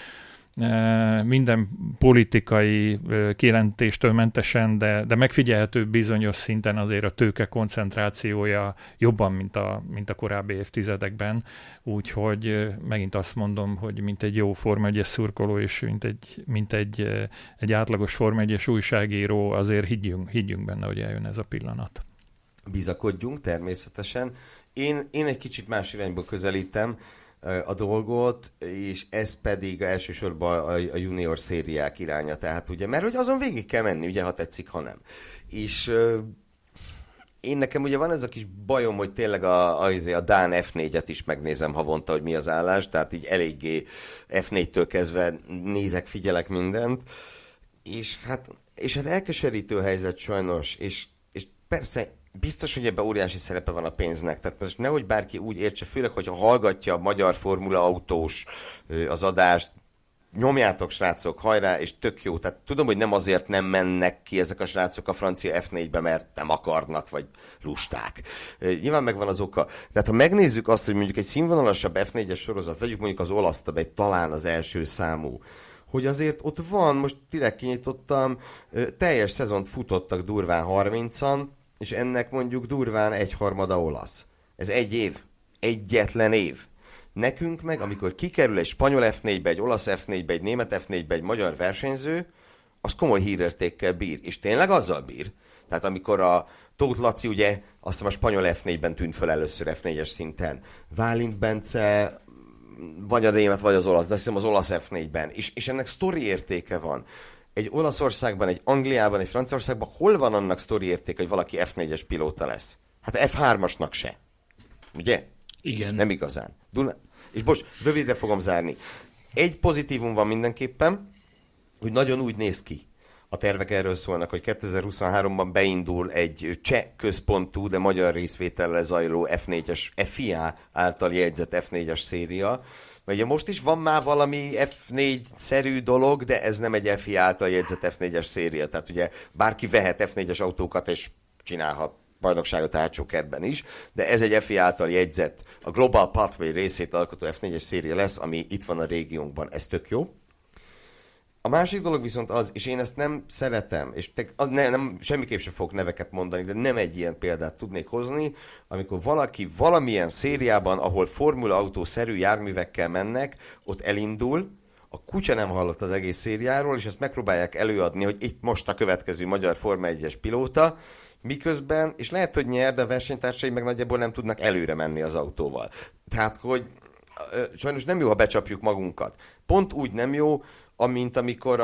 minden politikai kijelentéstől mentesen, de megfigyelhető bizonyos szinten azért a tőke koncentrációja jobban, mint a korábbi évtizedekben. Úgyhogy megint azt mondom, hogy mint egy jó Forma 1-es szurkoló és mint egy átlagos Forma 1-es újságíró, azért higgyünk benne, hogy eljön ez a pillanat. Bizakodjunk természetesen. Én egy kicsit más irányból közelítem a dolgot, és ez pedig elsősorban a junior szériák iránya. Tehát ugye, mert hogy azon végig kell menni, ugye, ha tetszik, ha nem. És én nekem ugye van ez a kis bajom, hogy tényleg a Dán F4-et is megnézem havonta, hogy mi az állás, tehát így eléggé F4-től kezdve nézek, figyelek mindent, és hát elkeserítő helyzet sajnos, és persze biztos, hogy ebben óriási szerepe van a pénznek. Tehát most nehogy bárki úgy értse, főleg, hogyha hallgatja a magyar formula autós az adást, nyomjátok, srácok, hajrá, és tök jó. Tehát tudom, hogy nem azért nem mennek ki ezek a srácok a francia F4-be, mert nem akarnak, vagy lusták. Nyilván megvan az oka. Tehát ha megnézzük azt, hogy mondjuk egy színvonalasabb F4-es sorozat, vegyük mondjuk az olaszt, amely talán az első számú, hogy azért ott van, most direkt kinyitottam, teljes szezont futottak durván 30-an, és ennek mondjuk durván 1/3 olasz. Ez egy év. Egyetlen év. Nekünk meg, amikor kikerül egy spanyol F4-be, egy olasz F4-be, egy német F4-be, egy magyar versenyző, az komoly hírértékkel bír. És tényleg azzal bír. Tehát amikor a Tóth Laci, ugye, azt hiszem a spanyol F4-ben tűnt föl először F4-es szinten. Válint Bence, vagy a német, vagy az olasz, de azt hiszem az olasz F4-ben. És ennek sztori értéke van. Egy Olaszországban, egy Angliában, egy Franciaországban hol van annak sztori értéke, hogy valaki F4-es pilóta lesz? Hát F3-asnak se. Ugye? Igen. Nem igazán. És most rövidre fogom zárni. Egy pozitívum van mindenképpen, hogy nagyon úgy néz ki. A tervek erről szólnak, hogy 2023-ban beindul egy cseh központú, de magyar részvétellel zajló F4-es, FIA által jegyzett F4-es széria. Mert ugye most is van már valami F4-szerű dolog, de ez nem egy FIA által jegyzett F4-es széria. Tehát ugye bárki vehet F4-es autókat, és csinálhat bajnokságot a hátsó kertben is, de ez egy FIA által jegyzett, a Global Pathway részét alkotó F4-es széria lesz, ami itt van a régiónkban. Ez tök jó. A másik dolog viszont az, és én ezt nem szeretem, és nem, semmiképp sem fogok neveket mondani, de nem egy ilyen példát tudnék hozni, amikor valaki valamilyen szériában, ahol formula autó-szerű járművekkel mennek, ott elindul, a kutya nem hallott az egész szériáról, és ezt megpróbálják előadni, hogy itt most a következő magyar Forma 1-es pilóta, miközben, és lehet, hogy nyer, de a versenytársai meg nagyjából nem tudnak előre menni az autóval. Tehát, hogy sajnos nem jó, ha becsapjuk magunkat. Pont úgy nem jó, amint amikor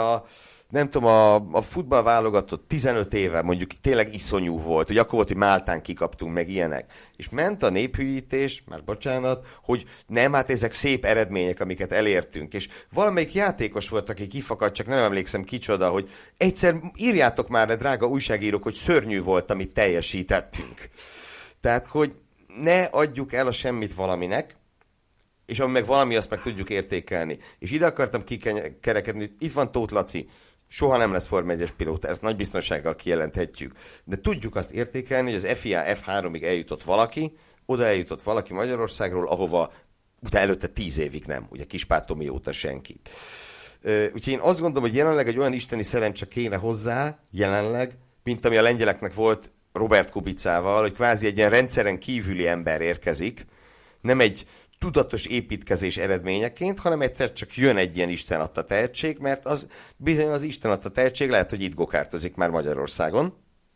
a futballválogatott 15 éve mondjuk tényleg iszonyú volt, hogy akkor volt, hogy Máltán kikaptunk, meg ilyenek. És ment a néphűítés, már bocsánat, hogy nem, hát ezek szép eredmények, amiket elértünk. És valamelyik játékos volt, aki kifakadt, csak nem emlékszem kicsoda, hogy egyszer írjátok már le, drága újságírók, hogy szörnyű volt, amit teljesítettünk. Tehát, hogy ne adjuk el a semmit valaminek, és ami meg valami, azt meg tudjuk értékelni. És ide akartam kikerekedni, itt van Tóth Laci, soha nem lesz Forma 1-es pilóta, ezt nagy biztonsággal kijelenthetjük. De tudjuk azt értékelni, hogy az FIA F3-ig eljutott valaki, oda eljutott valaki Magyarországról, ahova utána előtte 10 évig nem, ugye Kispátomi óta senki. Úgyhogy én azt gondolom, hogy jelenleg egy olyan isteni szerencse kéne hozzá, jelenleg, mint ami a lengyeleknek volt Robert Kubicával, hogy kvázi egy ilyen rendszeren kívüli ember érkezik, nem egy tudatos építkezés eredményeként, hanem egyszer csak jön egy ilyen Isten adta tehetség, mert az bizony az Isten adta tehetség lehet, hogy itt gokártozik már Magyarországon.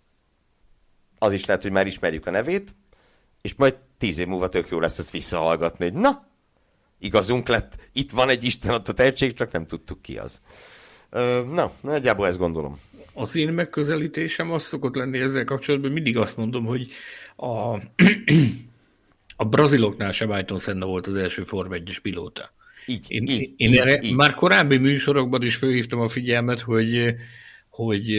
Az is lehet, hogy már ismerjük a nevét, és majd 10 év múlva tök jó lesz ezt visszahallgatni, hogy na, igazunk lett, itt van egy Isten adta tehetség, csak nem tudtuk ki az. Nagyjából ezt gondolom. Az én megközelítésem az szokott lenni ezzel kapcsolatban, mindig azt mondom, hogy a braziloknál sem Ayrton Senna volt az első Forma 1-es pilóta. Én erre már korábbi műsorokban is felhívtam a figyelmet, hogy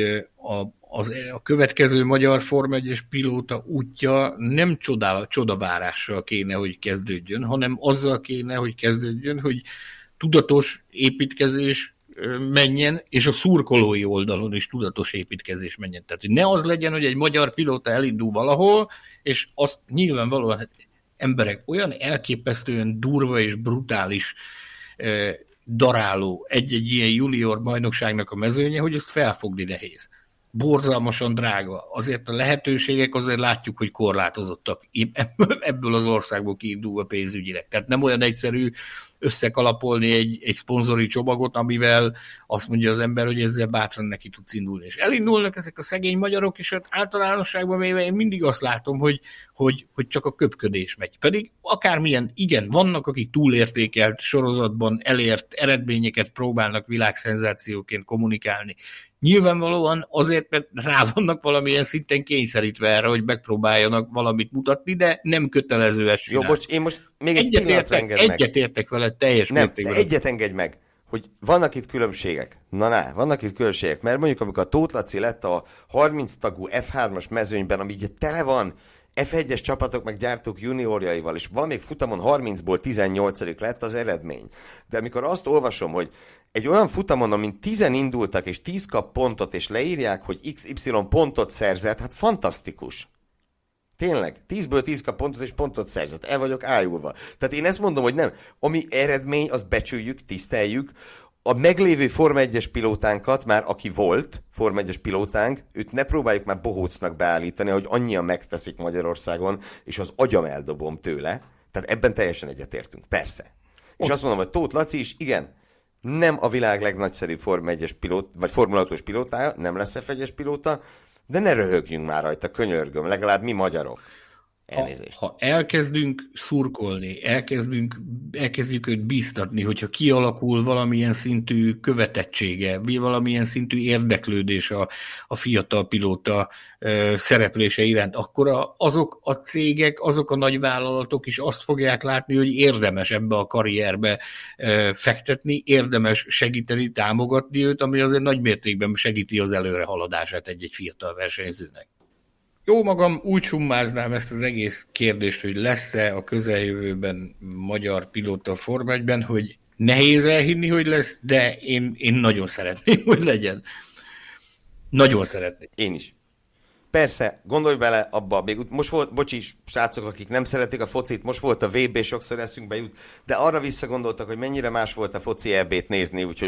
a következő magyar Forma 1-es pilóta útja nem csodavárással kéne, hogy kezdődjön, hanem azzal kéne, hogy kezdődjön, hogy tudatos építkezés menjen, és a szurkolói oldalon is tudatos építkezés menjen. Tehát, hogy ne az legyen, hogy egy magyar pilóta elindul valahol, és azt nyilvánvalóan hát emberek olyan elképesztően durva és brutális daráló egy-egy ilyen junior bajnokságnak a mezőnye, hogy ezt felfogni nehéz. Borzalmasan drága. Azért a lehetőségek azért látjuk, hogy korlátozottak ebből az országból kiindulva pénzügyileg. Tehát nem olyan egyszerű összekalapolni egy szponzori csomagot, amivel azt mondja az ember, hogy ezzel bátran neki tudsz indulni. És elindulnak ezek a szegény magyarok, és általánosságban véve én mindig azt látom, hogy csak a köpködés megy. Pedig akármilyen, igen, vannak, akik túlértékelt sorozatban elért eredményeket próbálnak világszenzációként kommunikálni. Nyilvánvalóan azért, mert rá vannak valamilyen szinten kényszerítve erre, hogy megpróbáljanak valamit mutatni, de nem kötelező ezt csinálni. Jó, bocs, én most még egy pillanatra engedj meg. Egyetértek veled teljes mértékben. Egyet engedj meg, hogy vannak itt különbségek. Vannak itt különbségek, mert mondjuk amikor a Tóth Laci lett a 30 tagú F3-as mezőnyben, ami ugye tele van F1-es csapatok meg gyártók juniorjaival, és valamelyik futamon 30-ból 18. lett az eredmény. De amikor azt olvasom, hogy egy olyan futamon, amin 10 indultak, és 10 kap pontot, és leírják, hogy XY pontot szerzett, hát fantasztikus. Tényleg, 10-ből 10 kap pontot, és pontot szerzett. El vagyok ájulva. Tehát én ezt mondom, hogy nem. Ami eredmény, azt becsüljük, tiszteljük. A meglévő Forma 1-es pilótánkat, már aki volt Forma 1-es pilótánk, őt ne próbáljuk már bohócnak beállítani, hogy annyian megteszik Magyarországon, és az agyam eldobom tőle. Tehát ebben teljesen egyetértünk, persze. És azt mondom, hogy Tóth Laci is, igen, nem a világ legnagyszerűbb Forma 1-es pilóta, vagy Formula 5-ös pilótája, nem lesz F1-es pilóta, de ne röhögjünk már rajta, könyörgöm, legalább mi magyarok. Elnézést. Ha elkezdünk szurkolni, elkezdjük őt bíztatni, hogyha kialakul valamilyen szintű követettsége, vagy valamilyen szintű érdeklődés a fiatal pilóta szereplése iránt, akkor azok a cégek, azok a nagyvállalatok is azt fogják látni, hogy érdemes ebbe a karrierbe fektetni, érdemes segíteni, támogatni őt, ami azért nagy mértékben segíti az előrehaladását egy-egy fiatal versenyzőnek. Jó magam, úgy summáznám ezt az egész kérdést, hogy lesz-e a közeljövőben magyar pilóta a Forma 1-ben, hogy nehéz elhinni, hogy lesz, de én nagyon szeretném, hogy legyen. Nagyon szeretném. Én is. Persze, gondolj bele abba, még most volt, bocsis, srácok, akik nem szeretik a focit, most volt a VB, sokszor eszünkbe jut, de arra visszagondoltak, hogy mennyire más volt a foci EB-t nézni, úgyhogy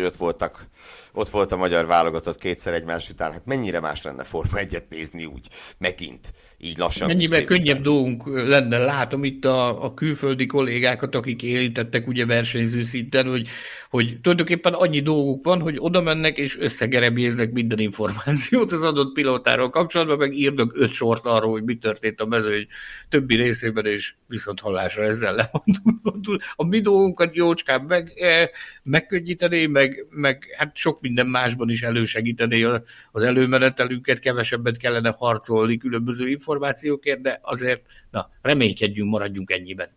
ott volt a magyar válogatott kétszer egymás után, hát mennyire más lenne Forma 1-et nézni úgy, megint, így lassan. Mennyivel könnyebb dolgunk lenne, látom itt a külföldi kollégákat, akik érintettek ugye versenyző szinten, hogy tulajdonképpen annyi dolguk van, hogy oda mennek és összegerebjéznek minden információt az adott pilótáról kapcsolatban, meg írnak 5 sort arról, hogy mi történt a mezőny többi részében, és viszont hallásra ezzel lemondul. A mi dolgunkat jócskán megkönnyíteni, meg hát sok minden másban is elősegíteni az előmenetelünket, kevesebbet kellene harcolni különböző információkért, de azért reménykedjünk, maradjunk ennyiben.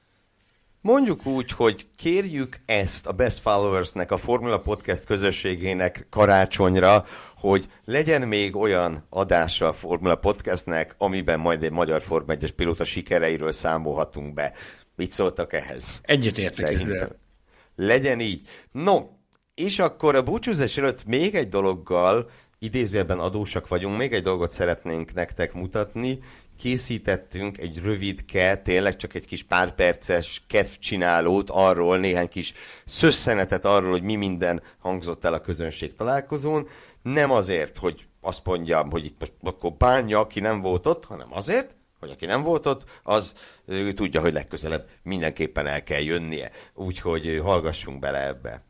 Mondjuk úgy, hogy kérjük ezt a Best Followersnek, a Formula Podcast közösségének karácsonyra, hogy legyen még olyan adása a Formula Podcastnek, amiben majd egy magyar Forma 1-es pilóta sikereiről számolhatunk be. Mit szóltak ehhez? Egyetértek ezzel. Legyen így. No, és akkor a búcsúzás előtt még egy dologgal, idézőjelben adósak vagyunk, még egy dolgot szeretnénk nektek mutatni. Készítettünk egy rövidke, tényleg csak egy kis pár perces kedvcsinálót arról, néhány kis szösszenetet arról, hogy mi minden hangzott el a közönség találkozón. Nem azért, hogy azt mondjam, hogy itt most akkor bánja, aki nem volt ott, hanem azért, hogy aki nem volt ott, az tudja, hogy legközelebb mindenképpen el kell jönnie. Úgyhogy hallgassunk bele ebbe.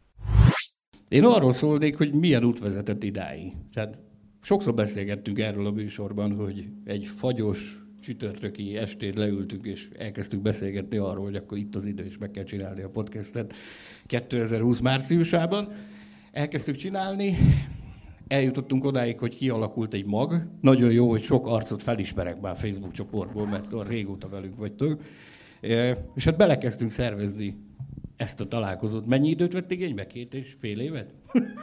Én arról szólnék, hogy milyen út vezetett idáig. Tehát sokszor beszélgettünk erről a műsorban, hogy egy fagyos csütörtöki estén leültünk, és elkezdtük beszélgetni arról, hogy akkor itt az idő, és meg kell csinálni a podcastet 2020 márciusában. Elkezdtük csinálni, eljutottunk odáig, hogy kialakult egy mag. Nagyon jó, hogy sok arcot felismerek már Facebook csoportból, mert régóta velünk vagytok. És hát belekezdtünk szervezni ezt a találkozót. Mennyi időt vett igénybe? 2,5 évet?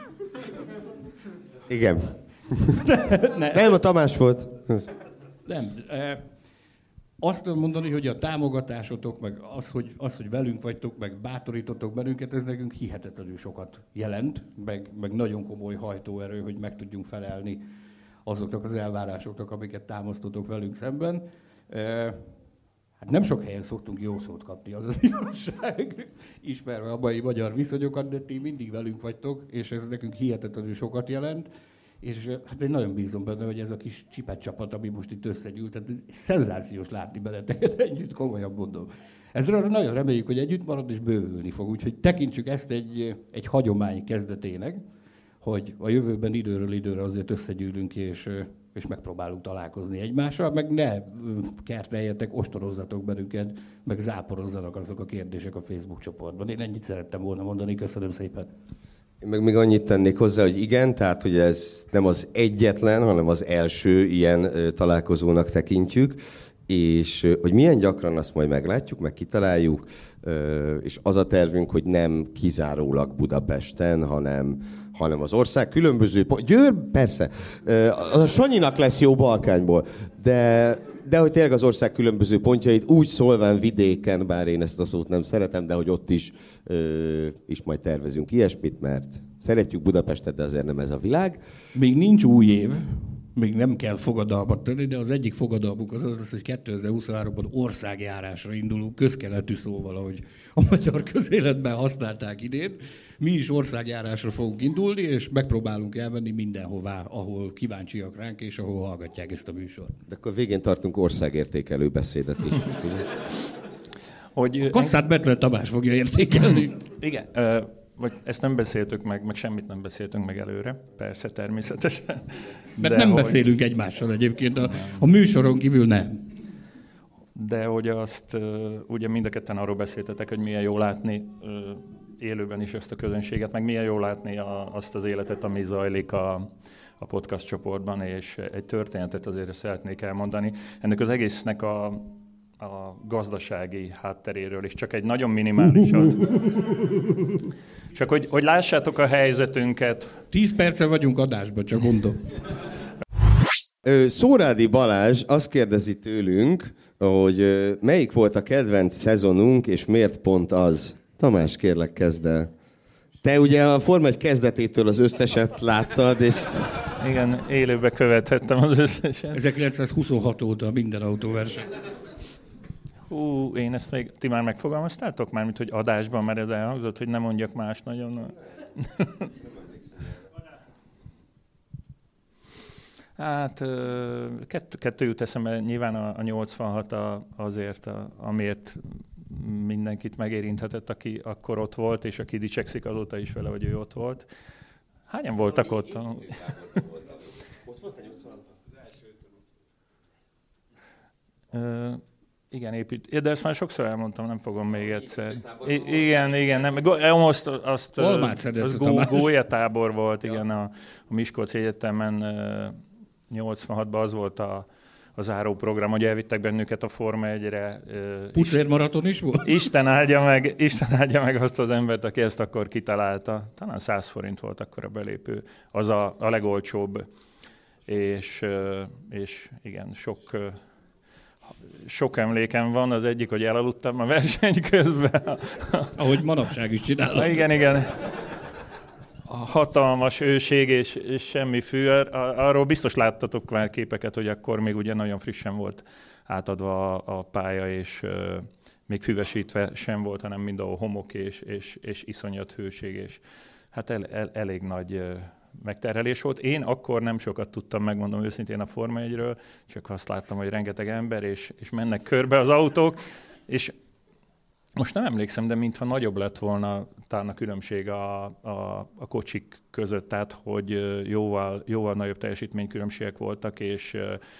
Igen. Nem, a Tamás volt. Nem. Azt tudom mondani, hogy a támogatásotok, meg az, hogy velünk vagytok, meg bátorítotok bennünket, ez nekünk hihetetlenül sokat jelent, meg nagyon komoly hajtóerő, hogy meg tudjunk felelni azoknak az elvárásoknak, amiket támasztotok velünk szemben. Hát nem sok helyen szoktunk jó szót kapni, az az igazság, ismerve a mai magyar viszonyokat, de ti mindig velünk vagytok, és ez nekünk hihetetlenül sokat jelent. És hát én nagyon bízom benne, hogy ez a kis csipet csapat, ami most itt összegyűlt, tehát szenzációs látni benneteket együtt, komolyan mondom. Ezzel nagyon reméljük, hogy együtt marad és bővülni fog, úgyhogy tekintsük ezt egy hagyomány kezdetének, hogy a jövőben időről időre azért összegyűlünk és megpróbálunk találkozni egymással, meg ne kerteljetek, ostorozzatok bennünket, meg záporozzanak azok a kérdések a Facebook csoportban. Én ennyit szerettem volna mondani, köszönöm szépen. Én még annyit tennék hozzá, hogy igen, tehát hogy ez nem az egyetlen, hanem az első ilyen találkozónak tekintjük, és hogy milyen gyakran, azt majd meglátjuk, meg kitaláljuk, és az a tervünk, hogy nem kizárólag Budapesten, hanem az ország különböző... Győr, persze, a Sanyinak lesz jó Balkányból, de hogy tényleg az ország különböző pontjait úgy szólván vidéken, bár én ezt a szót nem szeretem, de hogy ott is majd tervezünk ilyesmit, mert szeretjük Budapestet, de azért nem ez a világ. Még nincs új év, még nem kell fogadalmat tenni, de az egyik fogadalmuk az lesz, hogy 2023-ban országjárásra indulunk, közkeletű szóval, ahogy a magyar közéletben használták idén. Mi is országjárásra fogunk indulni, és megpróbálunk elmenni mindenhová, ahol kíváncsiak ránk, és ahol hallgatják ezt a műsort. De akkor végén tartunk országértékelő beszédet is. A kasszát Betlen Tamás fogja értékelni. Igen, vagy ezt nem beszéltük meg semmit nem beszéltünk meg előre, persze, természetesen. Mert nem beszélünk egymással egyébként, a műsoron kívül nem. De hogy azt, ugye mind a ketten arról beszéltetek, hogy milyen jó látni élőben is ezt a közönséget, meg milyen jó látni azt az életet, ami zajlik a podcast csoportban, és egy történetet azért szeretnék elmondani. Ennek az egésznek a gazdasági hátteréről is, csak egy nagyon minimálisat. Csak hogy lássátok a helyzetünket. 10 perce vagyunk adásban, csak mondom. Szórádi Balázs azt kérdezi tőlünk, hogy melyik volt a kedvenc szezonunk, és miért pont az? Tamás, kérlek, kezd el. Te ugye a Forma 1 kezdetétől az összeset láttad, és... Igen, élőbe követhettem az összeset. 1926 óta minden autóverseny. Én ezt még... Ti már megfogalmaztátok? Mármint, hogy adásban, mert ez elhangzott, hogy ne mondjak más nagyon... Hát kettő jut eszembe, nyilván a 86 azért, amiért mindenkit megérinthetett, aki akkor ott volt, és aki dicsekszik azóta is vele, hogy ő ott volt. Hányan voltak ott? Ott volt a 86-ban? Igen, de ezt már sokszor elmondtam, nem fogom még egyszer. Igen, nem. Az gólyatábor volt, igen, a Miskolci Egyetemen 86-ban az volt a záróprogram, hogy elvittek bennünket a Forma 1-re. Pucér-maraton is volt? Isten áldja meg azt az embert, aki ezt akkor kitalálta. Talán 100 forint volt akkor a belépő. Az a legolcsóbb. És igen, sok emlékem van. Az egyik, hogy elaludtam a verseny közben. Ahogy manapság is csinálod. Igen. A hatalmas hőség és semmi fű. Arról biztos láttatok már képeket, hogy akkor még ugye nagyon frissen volt átadva a pálya, és még füvesítve sem volt, hanem mindenhol homok és iszonyat hőség, és hát elég nagy megterhelés volt. Én akkor nem sokat tudtam, megmondom őszintén, a Forma 1-ről, csak azt láttam, hogy rengeteg ember, és mennek körbe az autók, és most nem emlékszem, de mintha nagyobb lett volna talán a különbség a kocsik között, tehát hogy jóval nagyobb teljesítménykülönbségek voltak, és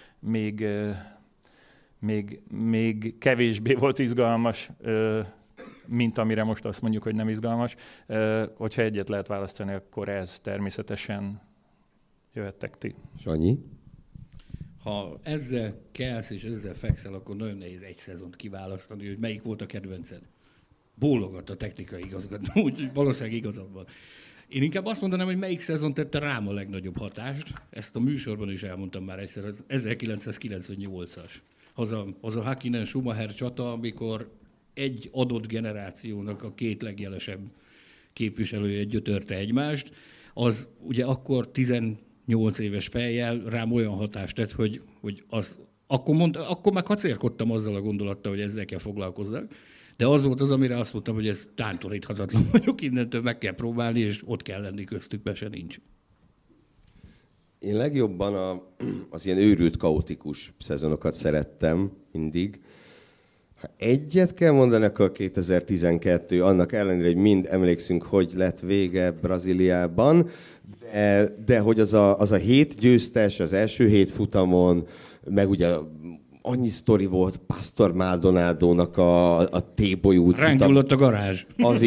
még kevésbé volt izgalmas, mint amire most azt mondjuk, hogy nem izgalmas. Hogyha egyet lehet választani, akkor ez természetesen jöhettek ti. Sanyi? Ha ezzel kelsz és ezzel fekszel, akkor nagyon nehéz egy szezont kiválasztani, hogy melyik volt a kedvenced. Bólogat a technikai igazgató, úgyhogy valószínűleg igazad van. Én inkább azt mondanám, hogy melyik szezon tette rám a legnagyobb hatást. Ezt a műsorban is elmondtam már egyszer, az 1998-as. Az a Häkkinen-Schumacher csata, amikor egy adott generációnak a két legjelesebb képviselője gyötörte egymást, az ugye akkor 18 éves fejjel rám olyan hatást tett, hogy az, akkor már kacérkodtam azzal a gondolattal, hogy ezzel kell foglalkoznak, de az volt az, amire azt mondtam, hogy ez tántoríthatatlan vagyok, innentől meg kell próbálni, és ott kell lenni köztük, be se nincs. Én legjobban az ilyen őrült, kaotikus szezonokat szerettem mindig. Ha egyet kell mondani, akkor 2012, annak ellenére, hogy mind emlékszünk, hogy lett vége Brazíliában, de hogy az a 7 győztes az első 7 futamon, meg ugye annyi sztori volt Pastor Maldonadónak a T-bolyút. Rángyulladt a garázs.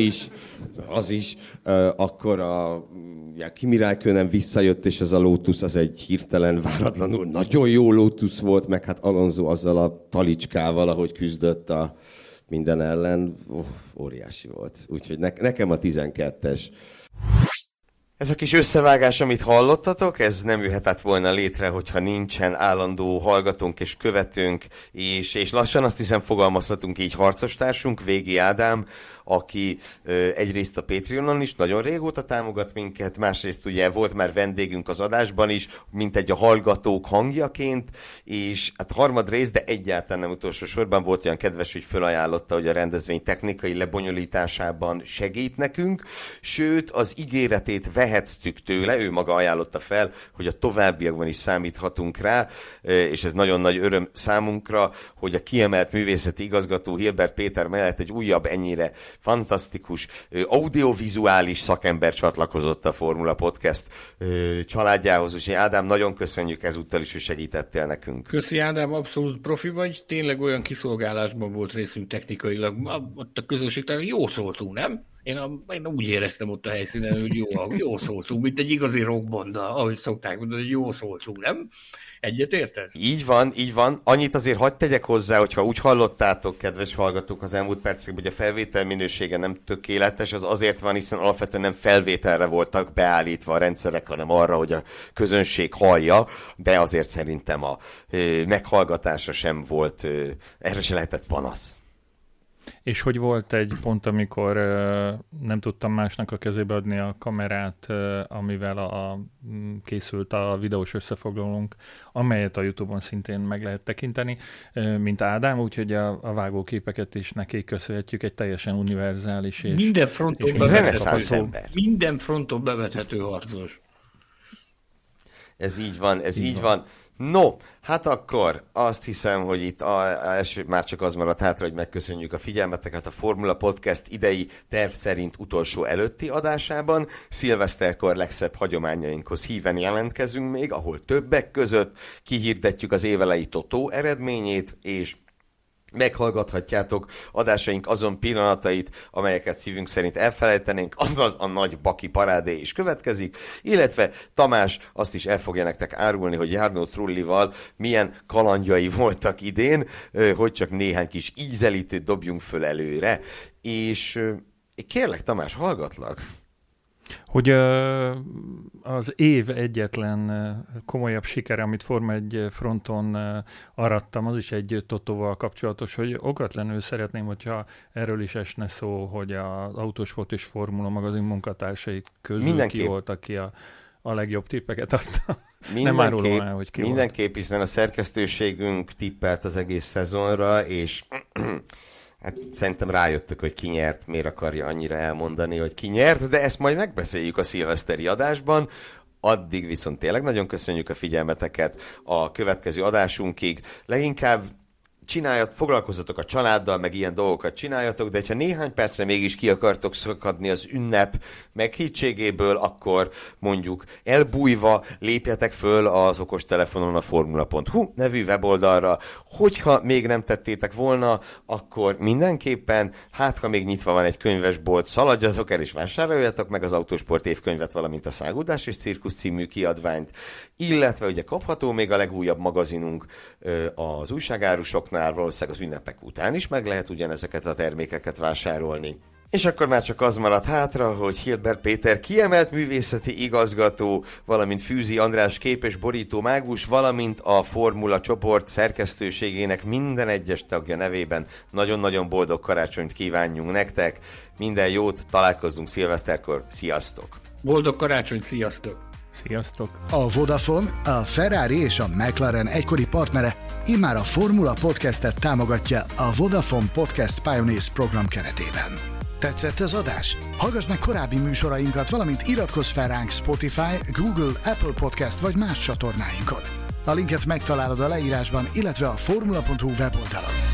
Az is. Akkor Kimi Räikkönen visszajött, és ez a Lotus az egy hirtelen, váratlanul nagyon jó Lotus volt, meg hát Alonso azzal a talicskával, ahogy küzdött a minden ellen, óriási volt. Úgyhogy nekem a 12-es. Ez a kis összevágás, amit hallottatok, ez nem jöhetett volna létre, hogyha nincsen állandó hallgatónk és követőnk, és lassan azt hiszem fogalmazhatunk így harcostársunk, Végi Ádám, aki egyrészt a Patreonon is nagyon régóta támogat minket, másrészt ugye volt már vendégünk az adásban is, mint egy a hallgatók hangjaként, és hát harmadrészt, de egyáltalán nem utolsó sorban volt olyan kedves, hogy felajánlotta, hogy a rendezvény technikai lebonyolításában segít nekünk, sőt az ígéretét vehettük tőle, ő maga ajánlotta fel, hogy a továbbiakban is számíthatunk rá, és ez nagyon nagy öröm számunkra, hogy a kiemelt művészeti igazgató Hilbert Péter mellett egy újabb ennyire fantasztikus audiovizuális szakember csatlakozott a Formula Podcast családjához, úgyhogy Ádám, nagyon köszönjük ezúttal is, hogy segítettél nekünk. Köszi Ádám, abszolút profi vagy, tényleg olyan kiszolgálásban volt részünk technikailag, ott a közönségtelen jó szóltunk, nem? Én úgy éreztem ott a helyszínen, hogy jó szóltunk, mint egy igazi rockbanda, ahogy szokták mondani, hogy jó szóltunk, nem? Egyet értesz? Így van. Annyit azért hadd tegyek hozzá, hogyha úgy hallottátok, kedves hallgatók, az elmúlt percekben, hogy a felvétel minősége nem tökéletes, az azért van, hiszen alapvetően nem felvételre voltak beállítva a rendszerek, hanem arra, hogy a közönség hallja, de azért szerintem a meghallgatása sem volt, erre se lehetett panasz. És hogy volt egy pont, amikor nem tudtam másnak a kezébe adni a kamerát, amivel készült a videós összefoglalónk, amelyet a YouTube-on szintén meg lehet tekinteni, mint Ádám, úgyhogy a vágóképeket is neki köszönhetjük, egy teljesen univerzális és minden fronton bevethető harcos. Ez így van. No, hát akkor azt hiszem, hogy itt már csak az maradt hátra, hogy megköszönjük a figyelmeteket a Formula Podcast idei terv szerint utolsó előtti adásában. Szilveszterkor legszebb hagyományainkhoz híven jelentkezünk még, ahol többek között kihirdetjük az évelei Totó eredményét, és meghallgathatjátok adásaink azon pillanatait, amelyeket szívünk szerint elfelejtenénk, azaz a nagy baki parádé is következik, illetve Tamás azt is el fogja nektek árulni, hogy Jarno Trullival milyen kalandjai voltak idén, hogy csak néhány kis ízelítőt dobjunk föl előre, és kérlek Tamás, hallgatlak. Hogy az év egyetlen komolyabb sikere, amit Forma 1 fronton arattam, az is egy Totóval kapcsolatos, hogy okvetlenül szeretném, hogyha erről is esne szó, hogy az Autósport és Formula magazin munkatársai közül ki volt, aki a legjobb tippeket adta. Nem árulom el, hogy ki mindenképp, hiszen a szerkesztőségünk tippelt az egész szezonra, és hát szerintem rájöttök, hogy ki nyert, miért akarja annyira elmondani, hogy ki nyert, de ezt majd megbeszéljük a szilveszteri adásban. Addig viszont tényleg nagyon köszönjük a figyelmeteket a következő adásunkig. Leginkább foglalkozzatok a családdal, meg ilyen dolgokat csináljatok, de ha néhány percre mégis ki akartok szakadni az ünnep meghittségéből, akkor mondjuk elbújva lépjetek föl az okostelefonon a formula.hu nevű weboldalra. Hogyha még nem tettétek volna, akkor mindenképpen, ha még nyitva van egy könyvesbolt, szaladjatok el és vásároljatok meg az Autósport évkönyvet, valamint a Száguldás és Cirkusz című kiadványt, illetve ugye kapható még a legújabb magazinunk az újságárusoknál, már valószínűleg az ünnepek után is meg lehet ugyanezeket a termékeket vásárolni. És akkor már csak az maradt hátra, hogy Hilbert Péter kiemelt művészeti igazgató, valamint Fűzi András kép- és borító mágus, valamint a Formula csoport szerkesztőségének minden egyes tagja nevében nagyon-nagyon boldog karácsonyt kívánjunk nektek. Minden jót, találkozzunk szilveszterkor, sziasztok! Boldog karácsony, sziasztok! Sziasztok! A Vodafone, a Ferrari és a McLaren egykori partnere immár a Formula Podcastet támogatja a Vodafone Podcast Pioneers program keretében. Tetszett az adás? Hallgass meg korábbi műsorainkat, valamint iratkozz fel ránk Spotify, Google, Apple Podcast vagy más csatornáinkon. A linket megtalálod a leírásban, illetve a formula.hu weboldalon.